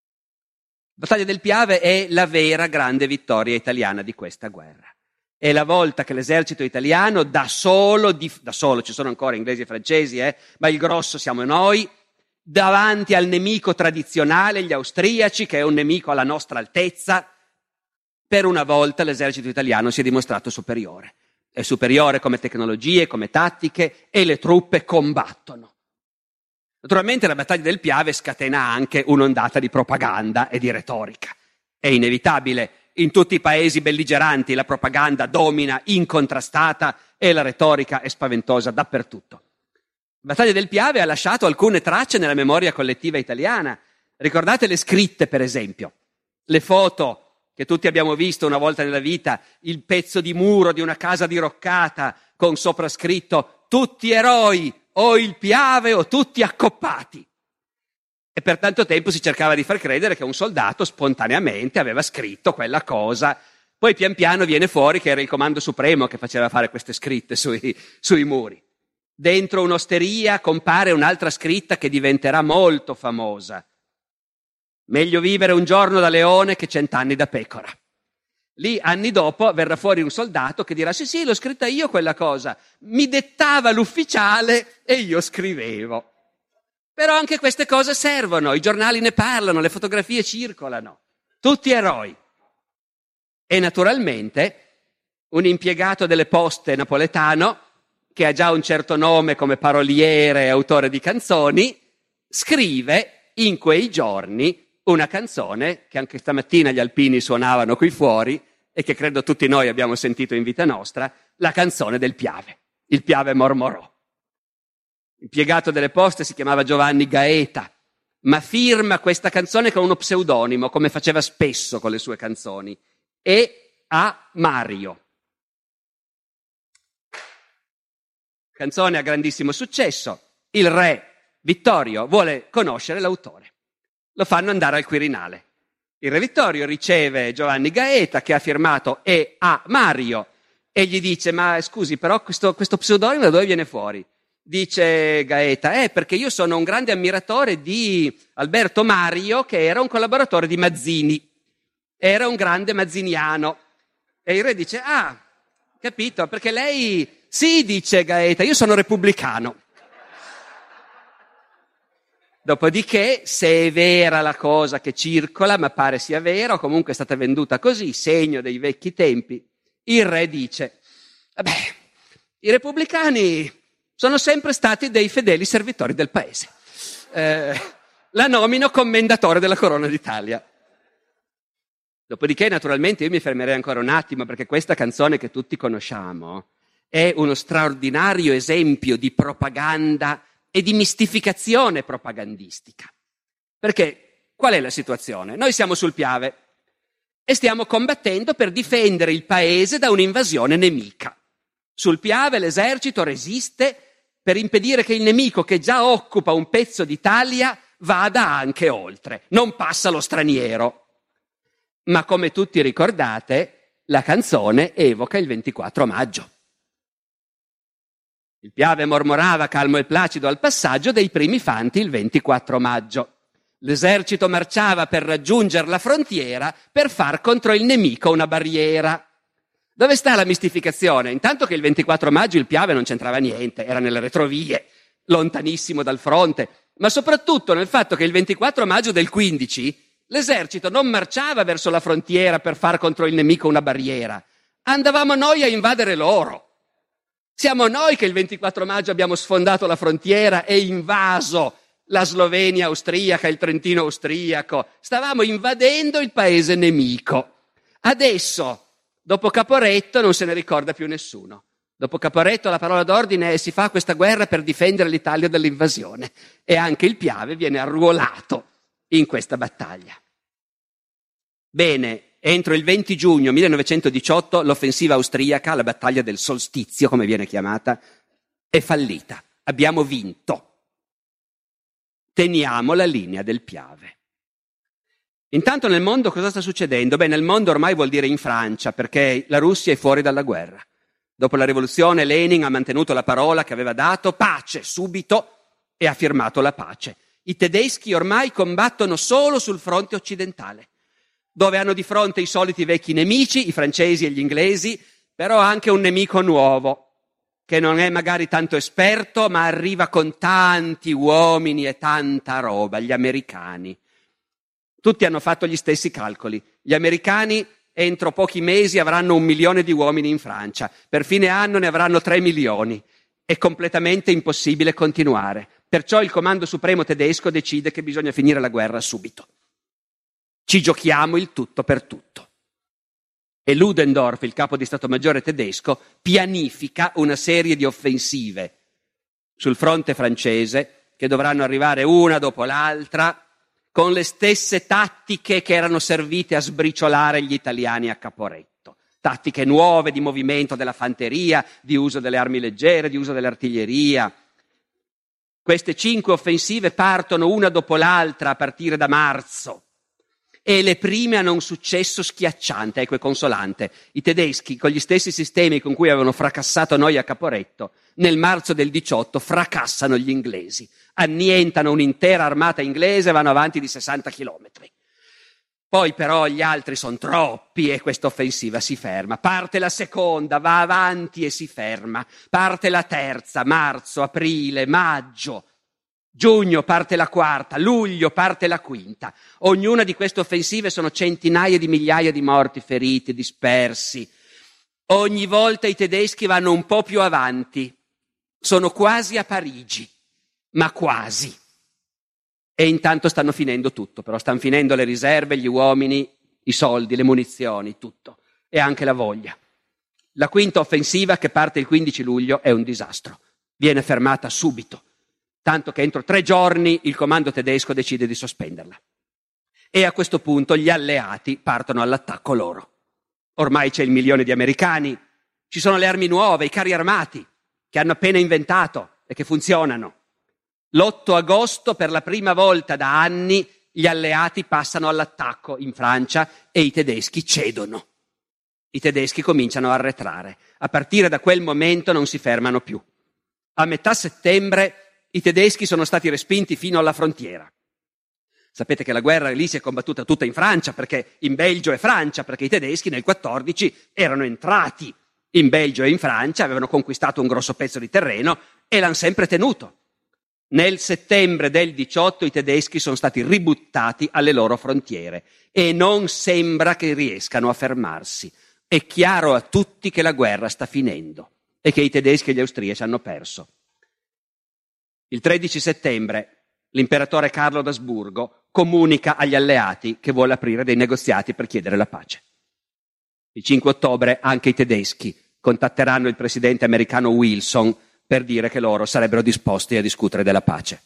La battaglia del Piave è la vera grande vittoria italiana di questa guerra. È la volta che l'esercito italiano da solo, di, da solo, ci sono ancora inglesi e francesi, eh, ma il grosso siamo noi, davanti al nemico tradizionale, gli austriaci, che è un nemico alla nostra altezza, per una volta l'esercito italiano si è dimostrato superiore. È superiore come tecnologie, come tattiche, e le truppe combattono. Naturalmente la battaglia del Piave scatena anche un'ondata di propaganda e di retorica. È inevitabile, in tutti i paesi belligeranti la propaganda domina incontrastata e la retorica è spaventosa dappertutto. La battaglia del Piave ha lasciato alcune tracce nella memoria collettiva italiana. Ricordate le scritte, per esempio, le foto che tutti abbiamo visto una volta nella vita, il pezzo di muro di una casa diroccata con sopra scritto «Tutti eroi, o il Piave o tutti accoppati». E per tanto tempo si cercava di far credere che un soldato spontaneamente aveva scritto quella cosa. Poi pian piano viene fuori che era il Comando Supremo che faceva fare queste scritte sui, sui muri. Dentro un'osteria compare un'altra scritta che diventerà molto famosa. Meglio vivere un giorno da leone che cent'anni da pecora. Lì, anni dopo, verrà fuori un soldato che dirà: sì, sì, l'ho scritta io quella cosa. Mi dettava l'ufficiale e io scrivevo. Però anche queste cose servono, i giornali ne parlano, le fotografie circolano. Tutti eroi. E naturalmente un impiegato delle poste napoletano, che ha già un certo nome come paroliere e autore di canzoni, scrive in quei giorni una canzone che anche stamattina gli alpini suonavano qui fuori e che credo tutti noi abbiamo sentito in vita nostra, la canzone del Piave. Il Piave mormorò. L'impiegato delle poste si chiamava Giovanni Gaeta, ma firma questa canzone con uno pseudonimo, come faceva spesso con le sue canzoni, E A Mario. Canzone a grandissimo successo. Il re Vittorio vuole conoscere l'autore. Lo fanno andare al Quirinale. Il re Vittorio riceve Giovanni Gaeta, che ha firmato E A Mario, e gli dice: ma scusi, però questo, questo pseudonimo da dove viene fuori? Dice Gaeta: eh, perché io sono un grande ammiratore di Alberto Mario, che era un collaboratore di Mazzini. Era un grande mazziniano. E il re dice: ah, capito, perché lei... Sì, dice Gaeta, io sono repubblicano. Dopodiché, se è vera la cosa che circola, ma pare sia vera, o comunque è stata venduta così, segno dei vecchi tempi, il re dice: vabbè, i repubblicani sono sempre stati dei fedeli servitori del paese. Eh, la nomino commendatore della Corona d'Italia. Dopodiché, naturalmente, io mi fermerei ancora un attimo, perché questa canzone che tutti conosciamo è uno straordinario esempio di propaganda e di mistificazione propagandistica. Perché qual è la situazione? Noi siamo sul Piave e stiamo combattendo per difendere il paese da un'invasione nemica. Sul Piave l'esercito resiste per impedire che il nemico, che già occupa un pezzo d'Italia, vada anche oltre. Non passa lo straniero. Ma come tutti ricordate, la canzone evoca il ventiquattro maggio. Il Piave mormorava calmo e placido al passaggio dei primi fanti il ventiquattro maggio. L'esercito marciava per raggiungere la frontiera per far contro il nemico una barriera. Dove sta la mistificazione? Intanto che il ventiquattro maggio il Piave non c'entrava niente, era nelle retrovie, lontanissimo dal fronte, ma soprattutto nel fatto che il ventiquattro maggio del quindici l'esercito non marciava verso la frontiera per far contro il nemico una barriera, andavamo noi a invadere loro. Siamo noi che il ventiquattro maggio abbiamo sfondato la frontiera e invaso la Slovenia austriaca, il Trentino austriaco. Stavamo invadendo il paese nemico. Adesso, dopo Caporetto, non se ne ricorda più nessuno. Dopo Caporetto la parola d'ordine è: si fa questa guerra per difendere l'Italia dall'invasione. E anche il Piave viene arruolato in questa battaglia. Bene. Entro il venti giugno millenovecentodiciotto l'offensiva austriaca, la battaglia del solstizio, come viene chiamata, è fallita. Abbiamo vinto. Teniamo la linea del Piave. Intanto nel mondo cosa sta succedendo? Beh, nel mondo ormai vuol dire in Francia, perché la Russia è fuori dalla guerra. Dopo la rivoluzione Lenin ha mantenuto la parola che aveva dato, pace, subito, e ha firmato la pace. I tedeschi ormai combattono solo sul fronte occidentale, dove hanno di fronte i soliti vecchi nemici, i francesi e gli inglesi, però anche un nemico nuovo, che non è magari tanto esperto, ma arriva con tanti uomini e tanta roba, gli americani. Tutti hanno fatto gli stessi calcoli. Gli americani entro pochi mesi avranno un milione di uomini in Francia, per fine anno ne avranno tre milioni. È completamente impossibile continuare. Perciò il Comando Supremo tedesco decide che bisogna finire la guerra subito. Ci giochiamo il tutto per tutto. E Ludendorff, il capo di Stato Maggiore tedesco, pianifica una serie di offensive sul fronte francese che dovranno arrivare una dopo l'altra con le stesse tattiche che erano servite a sbriciolare gli italiani a Caporetto. Tattiche nuove di movimento della fanteria, di uso delle armi leggere, di uso dell'artiglieria. Queste cinque offensive partono una dopo l'altra a partire da marzo. E le prime hanno un successo schiacciante, ecco, è consolante. I tedeschi, con gli stessi sistemi con cui avevano fracassato noi a Caporetto, nel marzo del diciotto fracassano gli inglesi, annientano un'intera armata inglese e vanno avanti di sessanta chilometri. Poi però gli altri sono troppi e questa offensiva si ferma. Parte la seconda, va avanti e si ferma. Parte la terza, marzo, aprile, maggio. Giugno parte la quarta, luglio parte la quinta. Ognuna di queste offensive sono centinaia di migliaia di morti, feriti, dispersi. Ogni volta i tedeschi vanno un po' più avanti. Sono quasi a Parigi, ma quasi. E intanto stanno finendo tutto, però stanno finendo le riserve, gli uomini, i soldi, le munizioni, tutto. E anche la voglia. La quinta offensiva, che parte il quindici luglio, è un disastro. Viene fermata subito. Tanto che entro tre giorni il comando tedesco decide di sospenderla. E a questo punto gli alleati partono all'attacco loro. Ormai c'è il milione di americani, ci sono le armi nuove, i carri armati, che hanno appena inventato e che funzionano. L'otto agosto, per la prima volta da anni, gli alleati passano all'attacco in Francia e i tedeschi cedono. I tedeschi cominciano a arretrare. A partire da quel momento non si fermano più. A metà settembre i tedeschi sono stati respinti fino alla frontiera. Sapete che la guerra lì si è combattuta tutta in Francia, perché in Belgio e Francia, perché i tedeschi nel quattordici erano entrati in Belgio e in Francia, avevano conquistato un grosso pezzo di terreno e l'hanno sempre tenuto. Nel settembre del diciotto i tedeschi sono stati ributtati alle loro frontiere e non sembra che riescano a fermarsi. È chiaro a tutti che la guerra sta finendo e che i tedeschi e gli austriaci hanno perso. Il tredici settembre l'imperatore Carlo d'Asburgo comunica agli alleati che vuole aprire dei negoziati per chiedere la pace. Il cinque ottobre anche i tedeschi contatteranno il presidente americano Wilson per dire che loro sarebbero disposti a discutere della pace.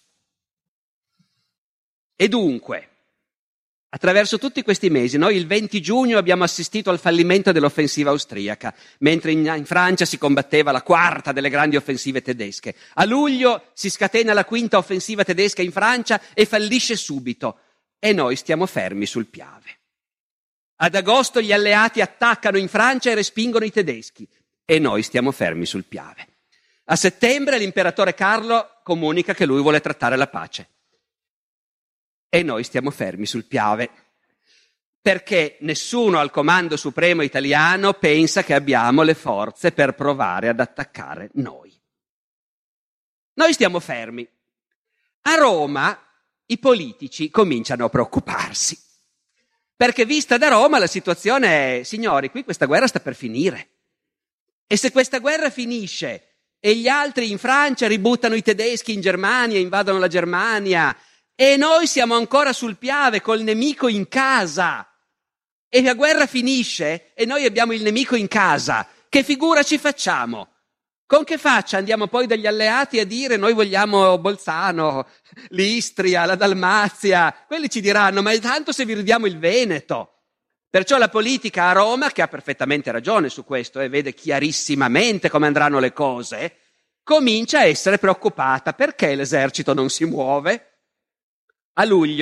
E dunque, attraverso tutti questi mesi, noi il venti giugno abbiamo assistito al fallimento dell'offensiva austriaca, mentre in, in Francia si combatteva la quarta delle grandi offensive tedesche. A luglio si scatena la quinta offensiva tedesca in Francia e fallisce subito. E noi stiamo fermi sul Piave. Ad agosto gli alleati attaccano in Francia e respingono i tedeschi. E noi stiamo fermi sul Piave. A settembre l'imperatore Carlo comunica che lui vuole trattare la pace. E noi stiamo fermi sul Piave, perché nessuno al Comando Supremo italiano pensa che abbiamo le forze per provare ad attaccare noi. Noi stiamo fermi. A Roma i politici cominciano a preoccuparsi, perché vista da Roma la situazione è: signori, qui questa guerra sta per finire. E se questa guerra finisce e gli altri in Francia ributtano i tedeschi in Germania, invadono la Germania, e noi siamo ancora sul Piave col nemico in casa, e la guerra finisce e noi abbiamo il nemico in casa, che figura ci facciamo? Con che faccia andiamo poi dagli alleati a dire noi vogliamo Bolzano, l'Istria, la Dalmazia? Quelli ci diranno: ma tanto se vi ridiamo il Veneto. Perciò la politica a Roma, che ha perfettamente ragione su questo e vede chiarissimamente come andranno le cose, comincia a essere preoccupata. Perché l'esercito non si muove? A luglio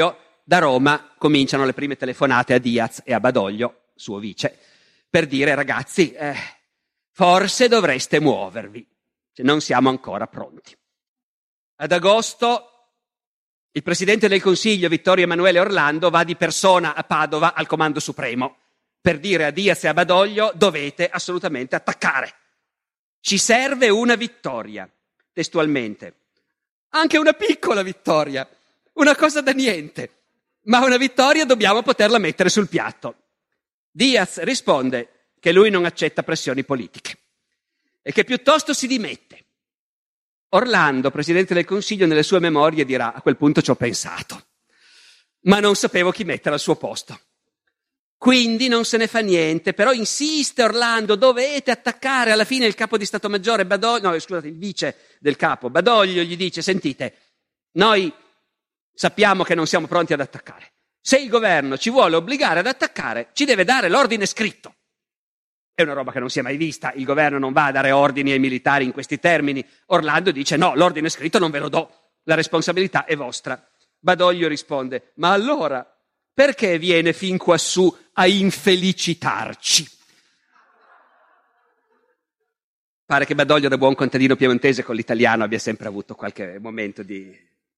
Da Roma cominciano le prime telefonate a Diaz e a Badoglio, suo vice, per dire ragazzi, eh, forse dovreste muovervi, cioè, non siamo ancora pronti. Ad agosto il Presidente del Consiglio, Vittorio Emanuele Orlando, va di persona a Padova al Comando Supremo per dire a Diaz e a Badoglio dovete assolutamente attaccare. Ci serve una vittoria, testualmente. Anche una piccola vittoria, una cosa da niente, ma una vittoria dobbiamo poterla mettere sul piatto. Diaz risponde che lui non accetta pressioni politiche e che piuttosto si dimette. Orlando, Presidente del Consiglio, nelle sue memorie dirà a quel punto ci ho pensato, ma non sapevo chi mettere al suo posto. Quindi non se ne fa niente, però insiste Orlando, dovete attaccare. Alla fine il capo di Stato Maggiore, Badoglio, no scusate, il vice del capo, Badoglio, gli dice, sentite, noi sappiamo che non siamo pronti ad attaccare. Se il governo ci vuole obbligare ad attaccare, ci deve dare l'ordine scritto. È una roba che non si è mai vista, il governo non va a dare ordini ai militari in questi termini. Orlando dice no, l'ordine scritto non ve lo do, la responsabilità è vostra. Badoglio risponde, ma allora perché viene fin quassù a infelicitarci? Pare che Badoglio, da buon contadino piemontese, con l'italiano abbia sempre avuto qualche momento di...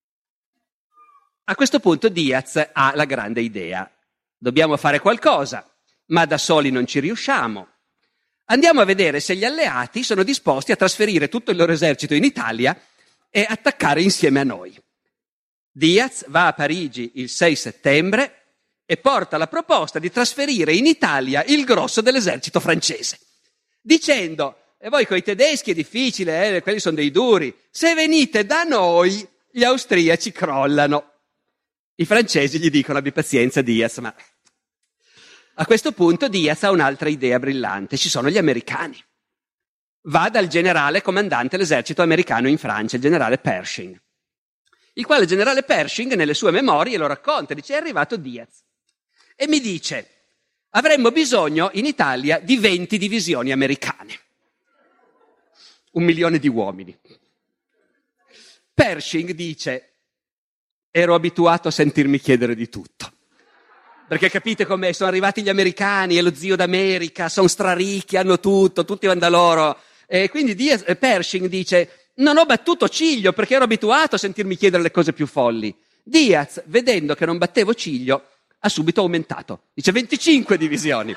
A questo punto Diaz ha la grande idea. Dobbiamo fare qualcosa, ma da soli non ci riusciamo. Andiamo a vedere se gli alleati sono disposti a trasferire tutto il loro esercito in Italia e attaccare insieme a noi. Diaz va a Parigi il sei settembre e porta la proposta di trasferire in Italia il grosso dell'esercito francese, dicendo, e voi coi tedeschi è difficile, eh, quelli sono dei duri, se venite da noi gli austriaci crollano. I francesi gli dicono abbi pazienza Diaz, ma... A questo punto Diaz ha un'altra idea brillante, ci sono gli americani. Va dal generale comandante dell'esercito americano in Francia, il generale Pershing, il quale generale Pershing nelle sue memorie lo racconta, dice è arrivato Diaz e mi dice avremmo bisogno in Italia di venti divisioni americane, un milione di uomini. Pershing dice ero abituato a sentirmi chiedere di tutto. Perché capite com'è? Sono arrivati gli americani, è lo zio d'America, sono straricchi, hanno tutto, tutti vanno da loro. E quindi Diaz, Pershing dice, non ho battuto ciglio perché ero abituato a sentirmi chiedere le cose più folli. Diaz, vedendo che non battevo ciglio, ha subito aumentato. Dice venticinque divisioni.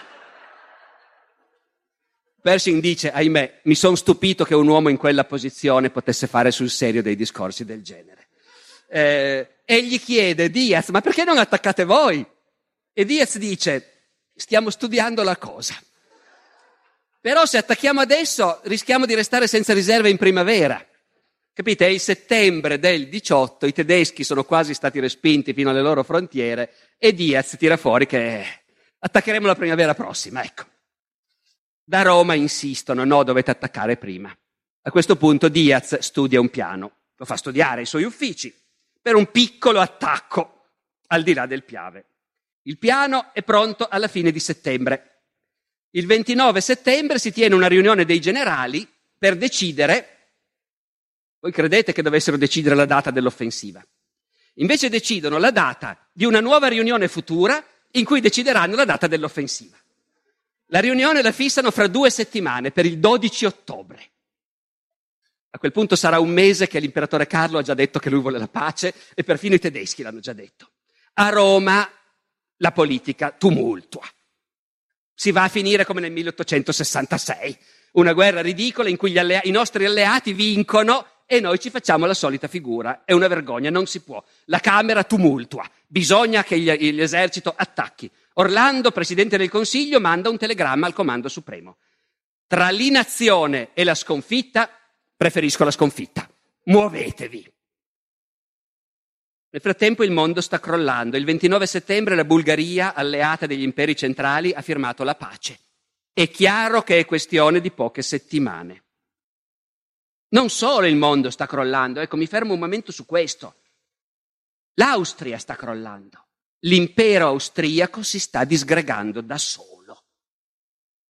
Pershing dice, ahimè, mi sono stupito che un uomo in quella posizione potesse fare sul serio dei discorsi del genere. Eh, e gli chiede, Diaz, ma perché non attaccate voi? E Diaz dice, stiamo studiando la cosa. Però se attacchiamo adesso rischiamo di restare senza riserve in primavera. Capite? È il settembre del diciotto, i tedeschi sono quasi stati respinti fino alle loro frontiere e Diaz tira fuori che attaccheremo la primavera prossima, ecco. Da Roma insistono, no, dovete attaccare prima. A questo punto Diaz studia un piano, lo fa studiare ai suoi uffici, per un piccolo attacco al di là del Piave. Il piano è pronto alla fine di settembre. Il ventinove settembre si tiene una riunione dei generali per decidere, voi credete che dovessero decidere la data dell'offensiva, invece decidono la data di una nuova riunione futura in cui decideranno la data dell'offensiva. La riunione la fissano fra due settimane, per il dodici ottobre. A quel punto sarà un mese che l'imperatore Carlo ha già detto che lui vuole la pace e perfino i tedeschi l'hanno già detto. A Roma la politica tumultua. Si va a finire come nel milleottocentosessantasei, una guerra ridicola in cui gli allea- i nostri alleati vincono e noi ci facciamo la solita figura. È una vergogna, non si può. La Camera tumultua, bisogna che gli- l'esercito attacchi. Orlando, Presidente del Consiglio, manda un telegramma al Comando Supremo. Tra l'inazione e la sconfitta, preferisco la sconfitta. Muovetevi. Nel frattempo il mondo sta crollando. Il ventinove settembre la Bulgaria, alleata degli imperi centrali, ha firmato la pace. È chiaro che è questione di poche settimane. Non solo il mondo sta crollando, ecco, mi fermo un momento su questo. L'Austria sta crollando. L'impero austriaco si sta disgregando da solo.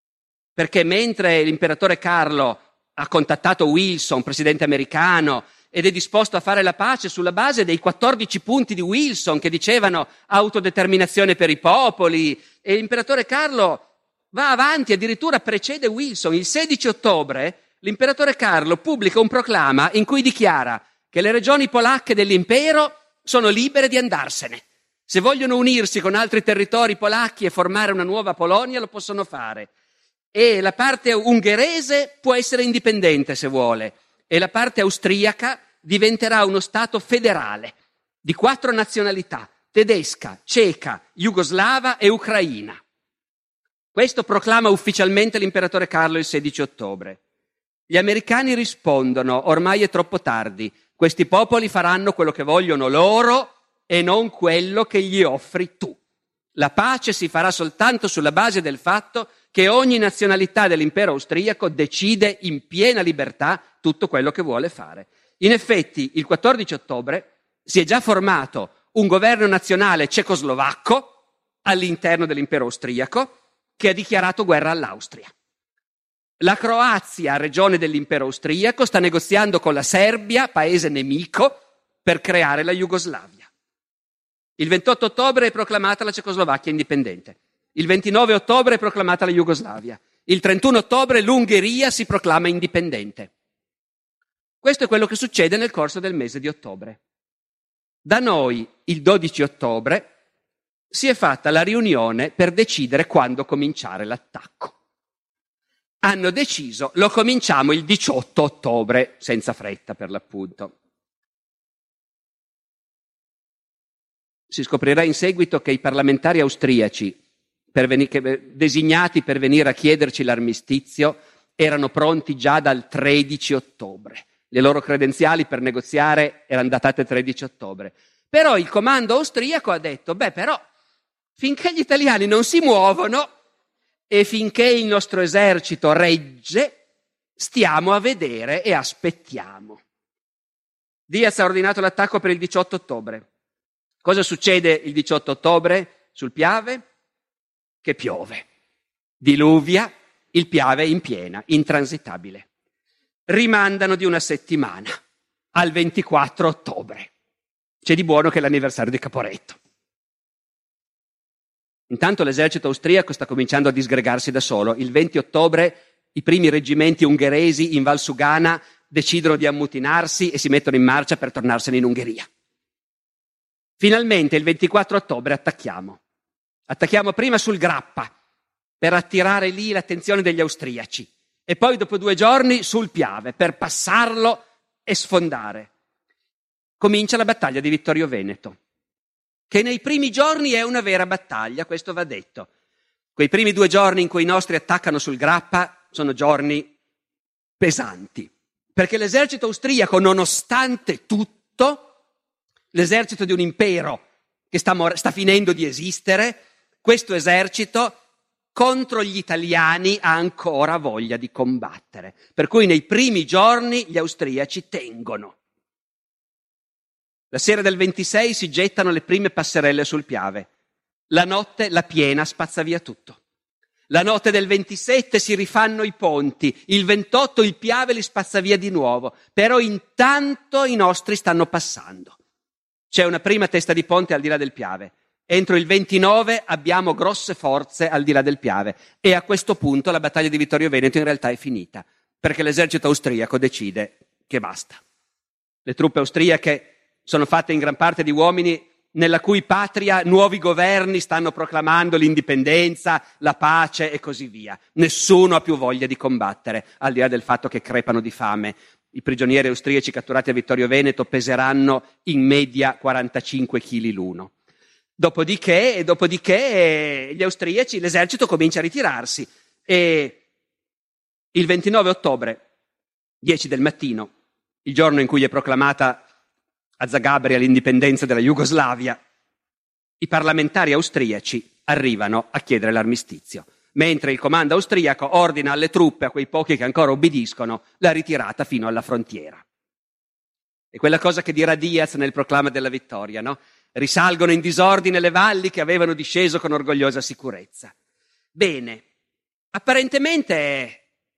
Perché mentre l'imperatore Carlo ha contattato Wilson, presidente americano, ed è disposto a fare la pace sulla base dei quattordici punti di Wilson che dicevano autodeterminazione per i popoli, e l'imperatore Carlo va avanti, addirittura precede Wilson. Il sedici ottobre l'imperatore Carlo pubblica un proclama in cui dichiara che le regioni polacche dell'impero sono libere di andarsene. Se vogliono unirsi con altri territori polacchi e formare una nuova Polonia lo possono fare, e la parte ungherese può essere indipendente se vuole, e la parte austriaca diventerà uno stato federale di quattro nazionalità: tedesca, ceca, jugoslava e ucraina. Questo proclama ufficialmente l'imperatore Carlo il sedici ottobre. Gli americani rispondono: ormai è troppo tardi, questi popoli faranno quello che vogliono loro e non quello che gli offri tu. La pace si farà soltanto sulla base del fatto che ogni nazionalità dell'impero austriaco decide in piena libertà tutto quello che vuole fare. In effetti, il quattordici ottobre si è già formato un governo nazionale cecoslovacco all'interno dell'impero austriaco che ha dichiarato guerra all'Austria. La Croazia, regione dell'impero austriaco, sta negoziando con la Serbia, paese nemico, per creare la Jugoslavia. Il ventotto ottobre è proclamata la Cecoslovacchia indipendente. Il ventinove ottobre è proclamata la Jugoslavia. Il trentuno ottobre l'Ungheria si proclama indipendente. Questo è quello che succede nel corso del mese di ottobre. Da noi, il dodici ottobre, si è fatta la riunione per decidere quando cominciare l'attacco. Hanno deciso, lo cominciamo il diciotto ottobre, senza fretta per l'appunto. Si scoprirà in seguito che i parlamentari austriaci, per ven- che, designati per venire a chiederci l'armistizio, erano pronti già dal tredici ottobre. Le loro credenziali per negoziare erano datate tredici ottobre. Però il comando austriaco ha detto: beh, però, finché gli italiani non si muovono e finché il nostro esercito regge, stiamo a vedere e aspettiamo. Diaz ha ordinato l'attacco per il diciotto ottobre. Cosa succede il diciotto ottobre sul Piave? Che piove, diluvia, il Piave è in piena, intransitabile. Rimandano di una settimana, al ventiquattro ottobre. C'è di buono che è l'anniversario di Caporetto. Intanto l'esercito austriaco sta cominciando a disgregarsi da solo. Il venti ottobre i primi reggimenti ungheresi in Valsugana decidono di ammutinarsi e si mettono in marcia per tornarsene in Ungheria. Finalmente il ventiquattro ottobre attacchiamo. Attacchiamo prima sul Grappa per attirare lì l'attenzione degli austriaci e poi dopo due giorni sul Piave per passarlo e sfondare. Comincia la battaglia di Vittorio Veneto, che nei primi giorni è una vera battaglia, questo va detto. Quei primi due giorni in cui i nostri attaccano sul Grappa sono giorni pesanti, perché l'esercito austriaco, nonostante tutto, l'esercito di un impero che sta, mor- sta finendo di esistere, questo esercito contro gli italiani ha ancora voglia di combattere. Per cui nei primi giorni gli austriaci tengono. La sera del ventisei si gettano le prime passerelle sul Piave. La notte la piena spazza via tutto. La notte del ventisette si rifanno i ponti. Il ventotto il Piave li spazza via di nuovo. Però intanto i nostri stanno passando. C'è una prima testa di ponte al di là del Piave. Entro il ventinove abbiamo grosse forze al di là del Piave. E a questo punto la battaglia di Vittorio Veneto in realtà è finita, perché l'esercito austriaco decide che basta. Le truppe austriache sono fatte in gran parte di uomini nella cui patria nuovi governi stanno proclamando l'indipendenza, la pace e così via. Nessuno ha più voglia di combattere, al di là del fatto che crepano di fame. I prigionieri austriaci catturati a Vittorio Veneto peseranno in media quarantacinque chili l'uno. Dopodiché, dopodiché gli austriaci, l'esercito comincia a ritirarsi e il ventinove ottobre, dieci del mattino, il giorno in cui è proclamata a Zagabria l'indipendenza della Jugoslavia, i parlamentari austriaci arrivano a chiedere l'armistizio, mentre il comando austriaco ordina alle truppe, a quei pochi che ancora obbediscono, la ritirata fino alla frontiera. È quella cosa che dirà Diaz nel proclama della vittoria, no? Risalgono in disordine le valli che avevano disceso con orgogliosa sicurezza. Bene, apparentemente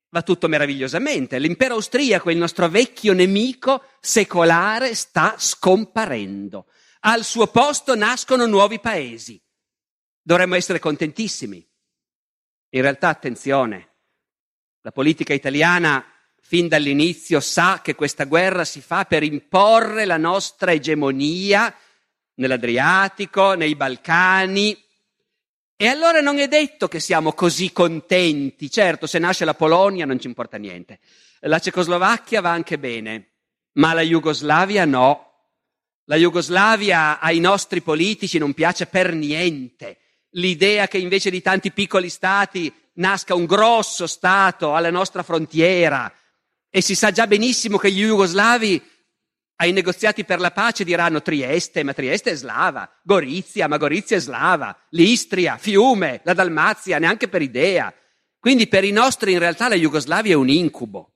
va tutto meravigliosamente. L'impero austriaco, il nostro vecchio nemico secolare, sta scomparendo. Al suo posto nascono nuovi paesi. Dovremmo essere contentissimi. In realtà, attenzione, la politica italiana fin dall'inizio sa che questa guerra si fa per imporre la nostra egemonia nell'Adriatico, nei Balcani. E allora non è detto che siamo così contenti. Certo, se nasce la Polonia non ci importa niente. La Cecoslovacchia va anche bene, ma la Jugoslavia no. La Jugoslavia ai nostri politici non piace per niente. L'idea che invece di tanti piccoli stati nasca un grosso stato alla nostra frontiera, e si sa già benissimo che gli jugoslavi ai negoziati per la pace diranno Trieste, ma Trieste è slava, Gorizia, ma Gorizia è slava, l'Istria, Fiume, la Dalmazia, neanche per idea. Quindi per i nostri in realtà la Jugoslavia è un incubo.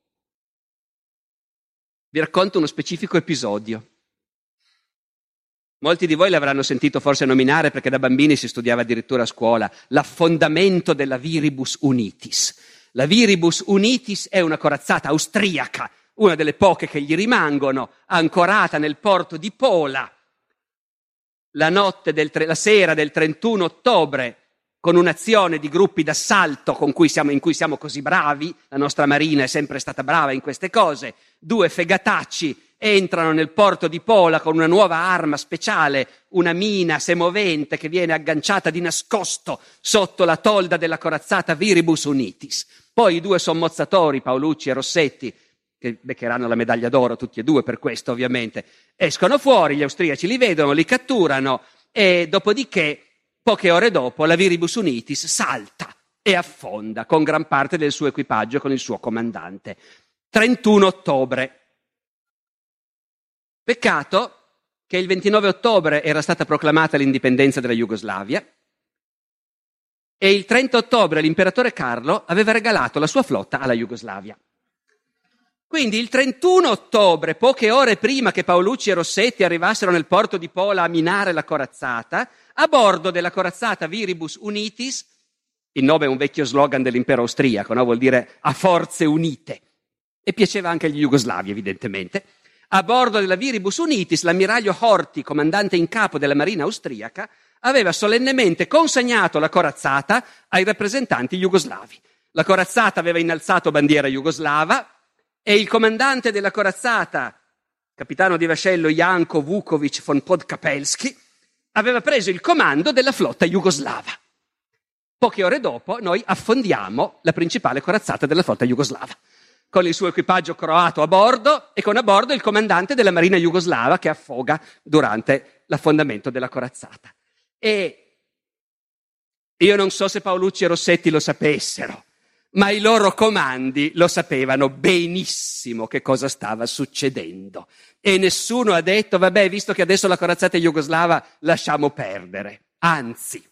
Vi racconto uno specifico episodio. Molti di voi l'avranno sentito forse nominare perché da bambini si studiava addirittura a scuola, l'affondamento della Viribus Unitis. La Viribus Unitis è una corazzata austriaca, una delle poche che gli rimangono, ancorata nel porto di Pola, la, notte del tre, la sera del trentuno ottobre, con un'azione di gruppi d'assalto con cui siamo, in cui siamo così bravi, la nostra marina è sempre stata brava in queste cose, due fegatacci entrano nel porto di Pola con una nuova arma speciale, una mina semovente che viene agganciata di nascosto sotto la tolda della corazzata Viribus Unitis. Poi i due sommozzatori, Paolucci e Rossetti, che beccheranno la medaglia d'oro tutti e due per questo ovviamente, escono fuori, gli austriaci li vedono, li catturano e dopodiché, poche ore dopo, la Viribus Unitis salta e affonda con gran parte del suo equipaggio e con il suo comandante. trentuno ottobre. Peccato che il ventinove ottobre era stata proclamata l'indipendenza della Jugoslavia e il trenta ottobre l'imperatore Carlo aveva regalato la sua flotta alla Jugoslavia. Quindi il trentuno ottobre, poche ore prima che Paolucci e Rossetti arrivassero nel porto di Pola a minare la corazzata, a bordo della corazzata Viribus Unitis, il nome è un vecchio slogan dell'impero austriaco, no? Vuol dire a forze unite, e piaceva anche agli jugoslavi evidentemente. A bordo della Viribus Unitis, l'ammiraglio Horthy, comandante in capo della marina austriaca, aveva solennemente consegnato la corazzata ai rappresentanti jugoslavi. La corazzata aveva innalzato bandiera jugoslava e il comandante della corazzata, capitano di vascello Janko Vukovic von Podkapelski, aveva preso il comando della flotta jugoslava. Poche ore dopo noi affondiamo la principale corazzata della flotta jugoslava, con il suo equipaggio croato a bordo e con a bordo il comandante della marina jugoslava che affoga durante l'affondamento della corazzata. E io non so se Paolucci e Rossetti lo sapessero, ma i loro comandi lo sapevano benissimo che cosa stava succedendo. E nessuno ha detto, vabbè, visto che adesso la corazzata è jugoslava, lasciamo perdere. Anzi.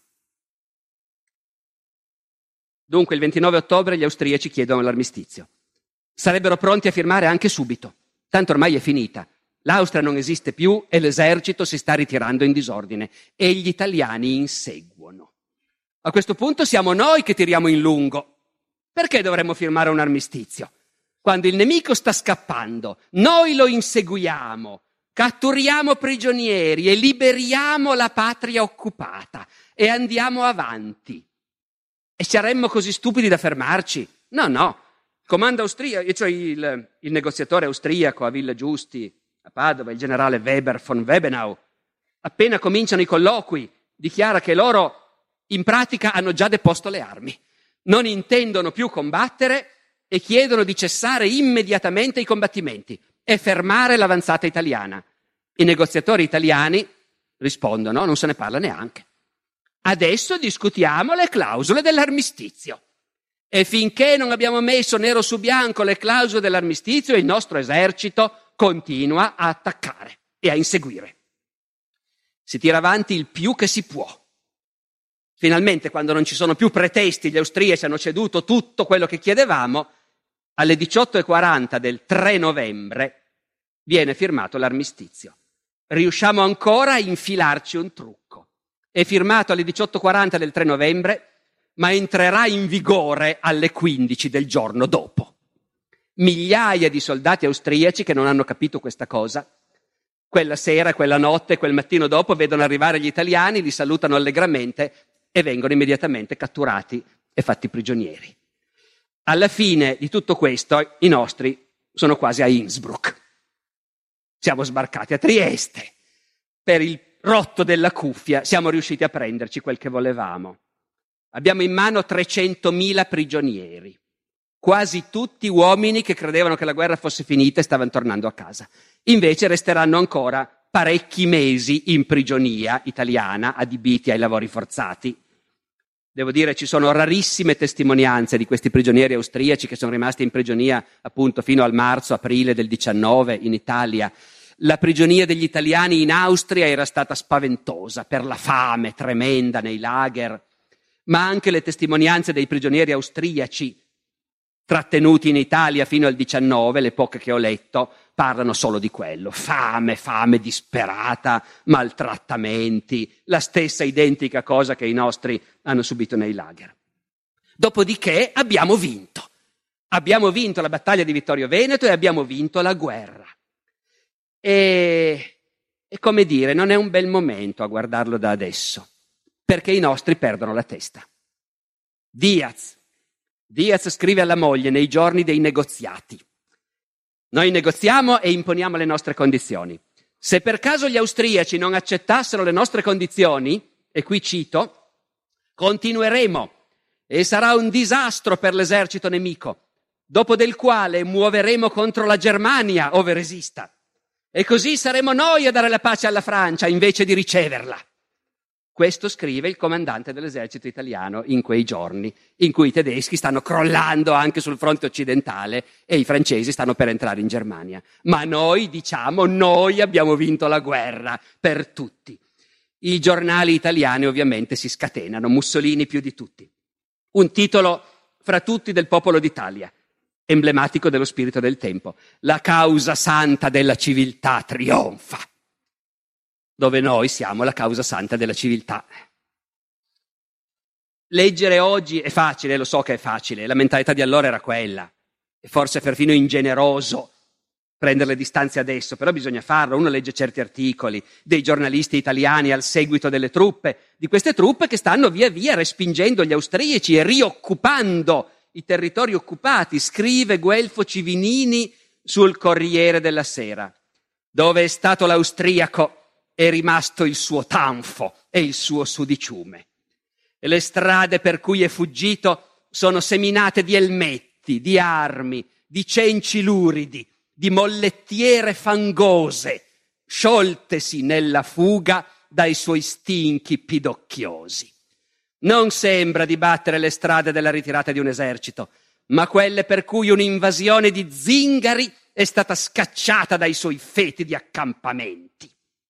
Dunque il ventinove ottobre gli austriaci chiedono l'armistizio. Sarebbero pronti a firmare anche subito, tanto ormai è finita. L'Austria non esiste più e l'esercito si sta ritirando in disordine e gli italiani inseguono. A questo punto siamo noi che tiriamo in lungo. Perché dovremmo firmare un armistizio? Quando il nemico sta scappando, noi lo inseguiamo, catturiamo prigionieri e liberiamo la patria occupata e andiamo avanti. E saremmo così stupidi da fermarci? No, no. Il comando austriaco, cioè il, il negoziatore austriaco a Villa Giusti, a Padova, il generale Weber von Webenau, appena cominciano i colloqui, dichiara che loro in pratica hanno già deposto le armi, non intendono più combattere e chiedono di cessare immediatamente i combattimenti e fermare l'avanzata italiana. I negoziatori italiani rispondono, non se ne parla neanche. Adesso discutiamo le clausole dell'armistizio. E finché non abbiamo messo nero su bianco le clausole dell'armistizio, il nostro esercito continua a attaccare e a inseguire. Si tira avanti il più che si può. Finalmente, quando non ci sono più pretesti, gli austriaci hanno ceduto tutto quello che chiedevamo, alle diciotto e quaranta del tre novembre viene firmato l'armistizio. Riusciamo ancora a infilarci un trucco. È firmato alle diciotto e quaranta del tre novembre, ma entrerà in vigore alle quindici del giorno dopo. migliaia di soldati austriaci che non hanno capito questa cosa. Quella sera, quella notte, quel mattino dopo vedono arrivare gli italiani, li salutano allegramente e vengono immediatamente catturati e fatti prigionieri. Alla fine di tutto questo i nostri sono quasi a Innsbruck. Siamo sbarcati a Trieste. Per il rotto della cuffia siamo riusciti a prenderci quel che volevamo. Abbiamo in mano trecentomila prigionieri, quasi tutti uomini che credevano che la guerra fosse finita e stavano tornando a casa. Invece resteranno ancora parecchi mesi in prigionia italiana, adibiti ai lavori forzati. Devo dire, ci sono rarissime testimonianze di questi prigionieri austriaci che sono rimasti in prigionia appunto fino al marzo-aprile del diciannove in Italia. La prigionia degli italiani in Austria era stata spaventosa per la fame tremenda nei lager, ma anche le testimonianze dei prigionieri austriaci trattenuti in Italia fino al diciannove, le poche che ho letto, parlano solo di quello. Fame, fame disperata, maltrattamenti, la stessa identica cosa che i nostri hanno subito nei lager. Dopodiché abbiamo vinto. Abbiamo vinto la battaglia di Vittorio Veneto e abbiamo vinto la guerra. E, e come dire, non è un bel momento a guardarlo da adesso, perché i nostri perdono la testa. Diaz. Diaz scrive alla moglie nei giorni dei negoziati. Noi negoziamo e imponiamo le nostre condizioni. Se per caso gli austriaci non accettassero le nostre condizioni, e qui cito, continueremo e sarà un disastro per l'esercito nemico, dopo del quale muoveremo contro la Germania ove resista. E così saremo noi a dare la pace alla Francia invece di riceverla. Questo scrive il comandante dell'esercito italiano in quei giorni in cui i tedeschi stanno crollando anche sul fronte occidentale e i francesi stanno per entrare in Germania. Ma noi diciamo, noi abbiamo vinto la guerra per tutti. I giornali italiani ovviamente si scatenano, Mussolini più di tutti. Un titolo fra tutti del Popolo d'Italia, emblematico dello spirito del tempo. La causa santa della civiltà trionfa. Dove noi siamo la causa santa della civiltà. Leggere oggi è facile, lo so che è facile, la mentalità di allora era quella, e forse perfino ingeneroso prendere le distanze adesso, però bisogna farlo. Uno legge certi articoli dei giornalisti italiani al seguito delle truppe, di queste truppe che stanno via via respingendo gli austriaci e rioccupando i territori occupati. Scrive Guelfo Civinini sul Corriere della Sera: dove è stato l'austriaco è rimasto il suo tanfo e il suo sudiciume. E le strade per cui è fuggito sono seminate di elmetti, di armi, di cenci luridi, di mollettiere fangose, scioltesi nella fuga dai suoi stinchi pidocchiosi. Non sembra di battere le strade della ritirata di un esercito, ma quelle per cui un'invasione di zingari è stata scacciata dai suoi fetidi accampamenti.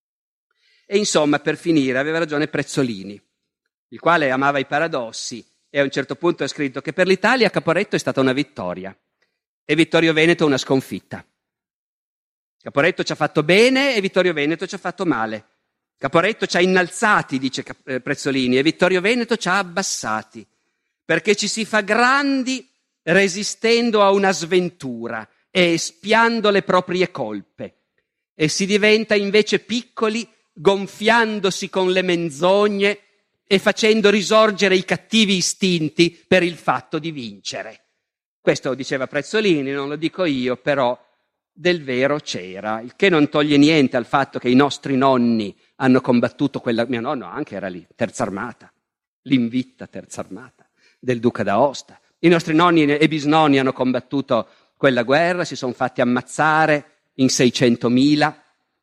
E insomma, per finire, aveva ragione Prezzolini, il quale amava i paradossi e a un certo punto ha scritto che per l'Italia Caporetto è stata una vittoria e Vittorio Veneto una sconfitta. Caporetto ci ha fatto bene e Vittorio Veneto ci ha fatto male. Caporetto ci ha innalzati, dice Prezzolini, e Vittorio Veneto ci ha abbassati, perché ci si fa grandi resistendo a una sventura e espiando le proprie colpe, e si diventa invece piccoli gonfiandosi con le menzogne e facendo risorgere i cattivi istinti per il fatto di vincere. Questo diceva Prezzolini, non lo dico io, però del vero c'era, il che non toglie niente al fatto che i nostri nonni hanno combattuto quella... Mio nonno anche era lì, terza armata, l'invitta terza armata del duca d'Aosta. I nostri nonni e bisnonni hanno combattuto quella guerra, si sono fatti ammazzare in seicentomila,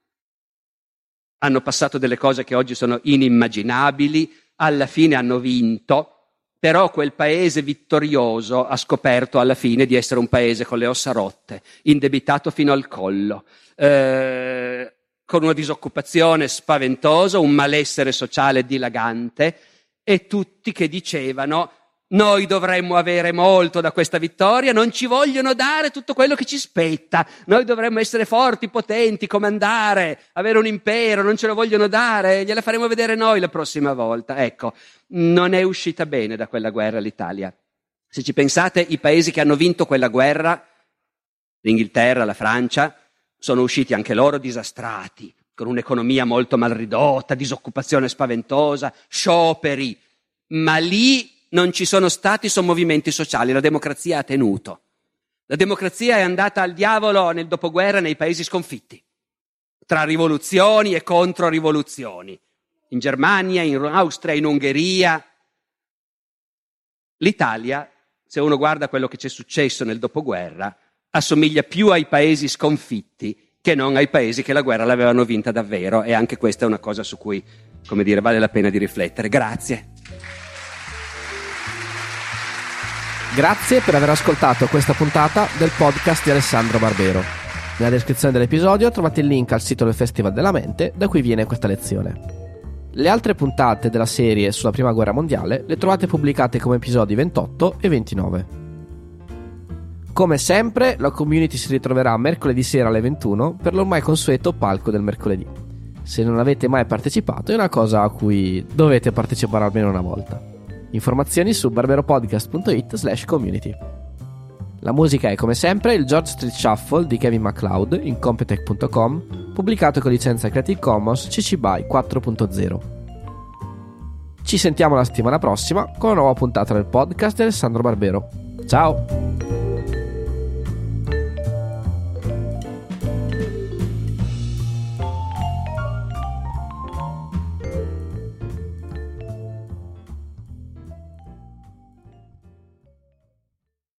hanno passato delle cose che oggi sono inimmaginabili, alla fine hanno vinto, però quel paese vittorioso ha scoperto alla fine di essere un paese con le ossa rotte, indebitato fino al collo, eh, con una disoccupazione spaventosa, un malessere sociale dilagante, e tutti che dicevano: noi dovremmo avere molto da questa vittoria, non ci vogliono dare tutto quello che ci spetta, noi dovremmo essere forti, potenti, comandare, avere un impero, non ce lo vogliono dare, gliela faremo vedere noi la prossima volta. Ecco, non è uscita bene da quella guerra l'Italia. Se ci pensate, i paesi che hanno vinto quella guerra L'Inghilterra, la Francia sono usciti anche loro disastrati, con un'economia molto mal ridotta, disoccupazione spaventosa, scioperi, ma lì non ci sono stati sommovimenti sociali, la democrazia ha tenuto. La democrazia è andata al diavolo nel dopoguerra nei paesi sconfitti, tra rivoluzioni e controrivoluzioni, in Germania, in Austria, in Ungheria. L'Italia, se uno guarda quello che c'è successo nel dopoguerra, assomiglia più ai paesi sconfitti che non ai paesi che la guerra l'avevano vinta davvero, e anche questa è una cosa su cui, come dire, vale la pena di riflettere. Grazie. Grazie per aver ascoltato questa puntata del podcast di Alessandro Barbero. Nella descrizione dell'episodio trovate il link al sito del Festival della Mente da cui viene questa lezione. Le altre puntate della serie sulla Prima Guerra Mondiale le trovate pubblicate come episodi ventotto e ventinove. Come sempre, la community si ritroverà mercoledì sera alle ventuno per l'ormai consueto palco del mercoledì. Se non avete mai partecipato, è una cosa a cui dovete partecipare almeno una volta. Informazioni su barberopodcast.it slash community. La musica è come sempre il George Street Shuffle di Kevin MacLeod in Computech punto com, pubblicato con licenza Creative Commons C C B Y quattro punto zero. Ci sentiamo la settimana prossima con una nuova puntata del podcast di Alessandro Barbero. Ciao!